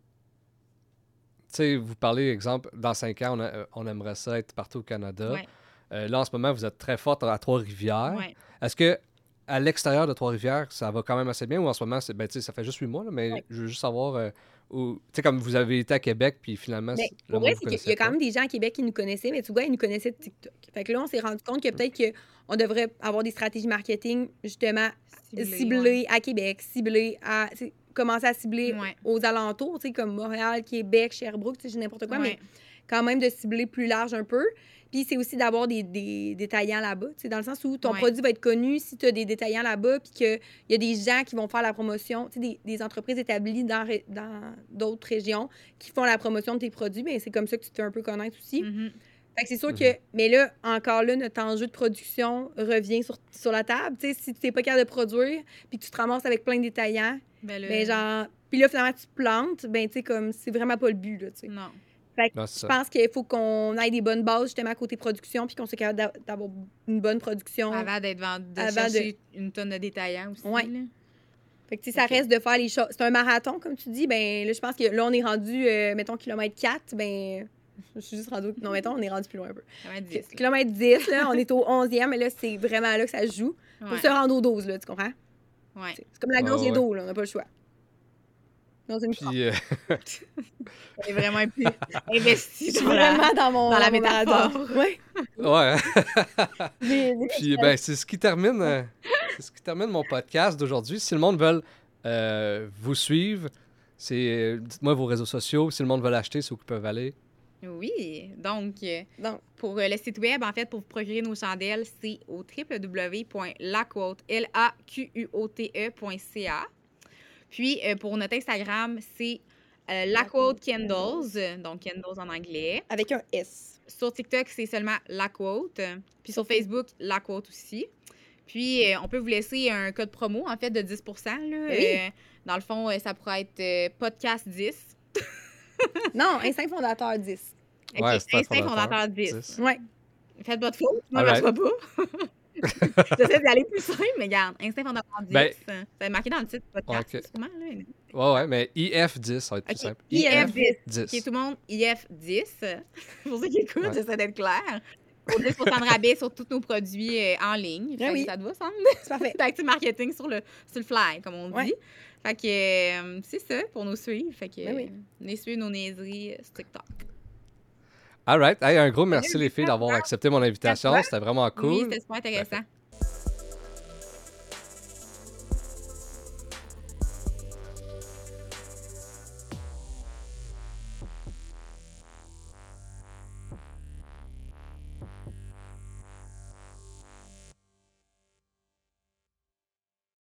tu sais, vous parlez, exemple, dans 5 ans, on aimerait ça être partout au Canada. Ouais. Là, en ce moment, vous êtes très forte à Trois-Rivières. Ouais. Est-ce que à l'extérieur de Trois-Rivières, ça va quand même assez bien ou en ce moment, ben, tu sais, ça fait juste 8 mois, là, mais Ouais. je veux juste savoir où, tu sais, comme vous avez été à Québec, puis finalement, Mais le pour monde vrai, vous c'est qu'il y connaissait a quand pas. même des gens à Québec qui nous connaissaient, mais tu vois, ils nous connaissaient de TikTok. Fait que là, on s'est rendu compte que peut-être qu'on devrait avoir des stratégies marketing, justement, ciblées à Québec, ciblées à... tu sais, commencer à cibler Ouais. aux alentours, tu sais, comme Montréal, Québec, Sherbrooke, tu sais, n'importe quoi, mais Ouais. quand même de cibler plus large un peu. Puis c'est aussi d'avoir des détaillants là-bas, tu sais, dans le sens où ton Ouais. produit va être connu si tu as des détaillants là-bas, puis qu'il y a des gens qui vont faire la promotion, tu sais, des entreprises établies dans d'autres régions qui font la promotion de tes produits, bien, c'est comme ça que tu te fais un peu connaître aussi. Mhm. Fait que c'est sûr Mhm. que... Mais là, encore là, notre enjeu de production revient sur la table. Tu sais, si tu n'es pas capable de produire, puis que tu te ramasses avec plein de détaillants, Ben là, ben genre... Puis là, finalement, tu te plantes, ben tu sais, comme, c'est vraiment pas le but, là, tu sais. non. Fait que Non, c'est je ça. pense qu'il faut qu'on ait des bonnes bases, justement, à côté production, puis qu'on soit capable d'avoir une bonne production. Avant d'être vendu, de Avant chercher une tonne de détaillants aussi. Ouais. Là. Fait que, tu sais, ça Ok. reste de faire les choses. C'est un marathon, comme tu dis. Ben là, je pense que là, on est rendu, mettons, kilomètre 4, ben... Je suis juste rendu... Non, mettons, on est rendu plus loin un peu. Comment 10, là. Kilomètre 10, là, on est au 11e, mais là, c'est vraiment là que ça se joue. Pour Ouais. se rendre aux 12, là, tu comprends? Ouais. C'est comme la Ouais, gorgée ouais. d'eau, là, on n'a pas le choix. Non, c'est une Puis, Elle est vraiment plus investie Je suis dans la... vraiment dans la mon métaphore. marathon. Ouais. ouais. J'ai- Puis, ben, c'est ce qui termine, mon podcast d'aujourd'hui. Si le monde veut vous suivre, dites-moi vos réseaux sociaux. Si le monde veut l'acheter, c'est où qu'ils peuvent aller. Oui, donc Donc, pour le site web, en fait, pour vous procurer nos chandelles, c'est au www.laquote.ca. Puis pour notre Instagram, c'est Laquote Candles, donc Candles en anglais. avec un S. Sur TikTok, c'est seulement Laquote. Puis sur Facebook, Laquote aussi. Puis on peut vous laisser un code promo, en fait, de 10 là. Oui. Dans le fond, ça pourrait être podcast 10. Non, Instinct fondateur 10. OK, Ouais, c'est Instinct fondateur 10. Ouais. Faites pas de faute, moi, All je ne pas. J'essaie d'aller plus simple, mais regarde, Instinct fondateur 10, Ben- ça va être marqué dans le titre podcast, Ok. sûrement. Là. Ouais, mais IF10, ça va être plus OK, simple. IF10. IF10. OK, tout le monde, IF10. Pour ceux qui écoutent, Ouais. j'essaie d'être clair. Pour 10 de rabais sur tous nos produits en ligne. Ah Fait que oui. ça te va, Sam? C'est parfait. C'est active marketing sur le fly, comme on dit. Ouais. Fait que c'est ça pour nous suivre. Fait que Ben oui. venez suivre nos niaiseries sur TikTok. All right. Hey, un gros merci, les filles, d'avoir accepté mon invitation. toi. C'était vraiment Oui, cool. c'était super intéressant.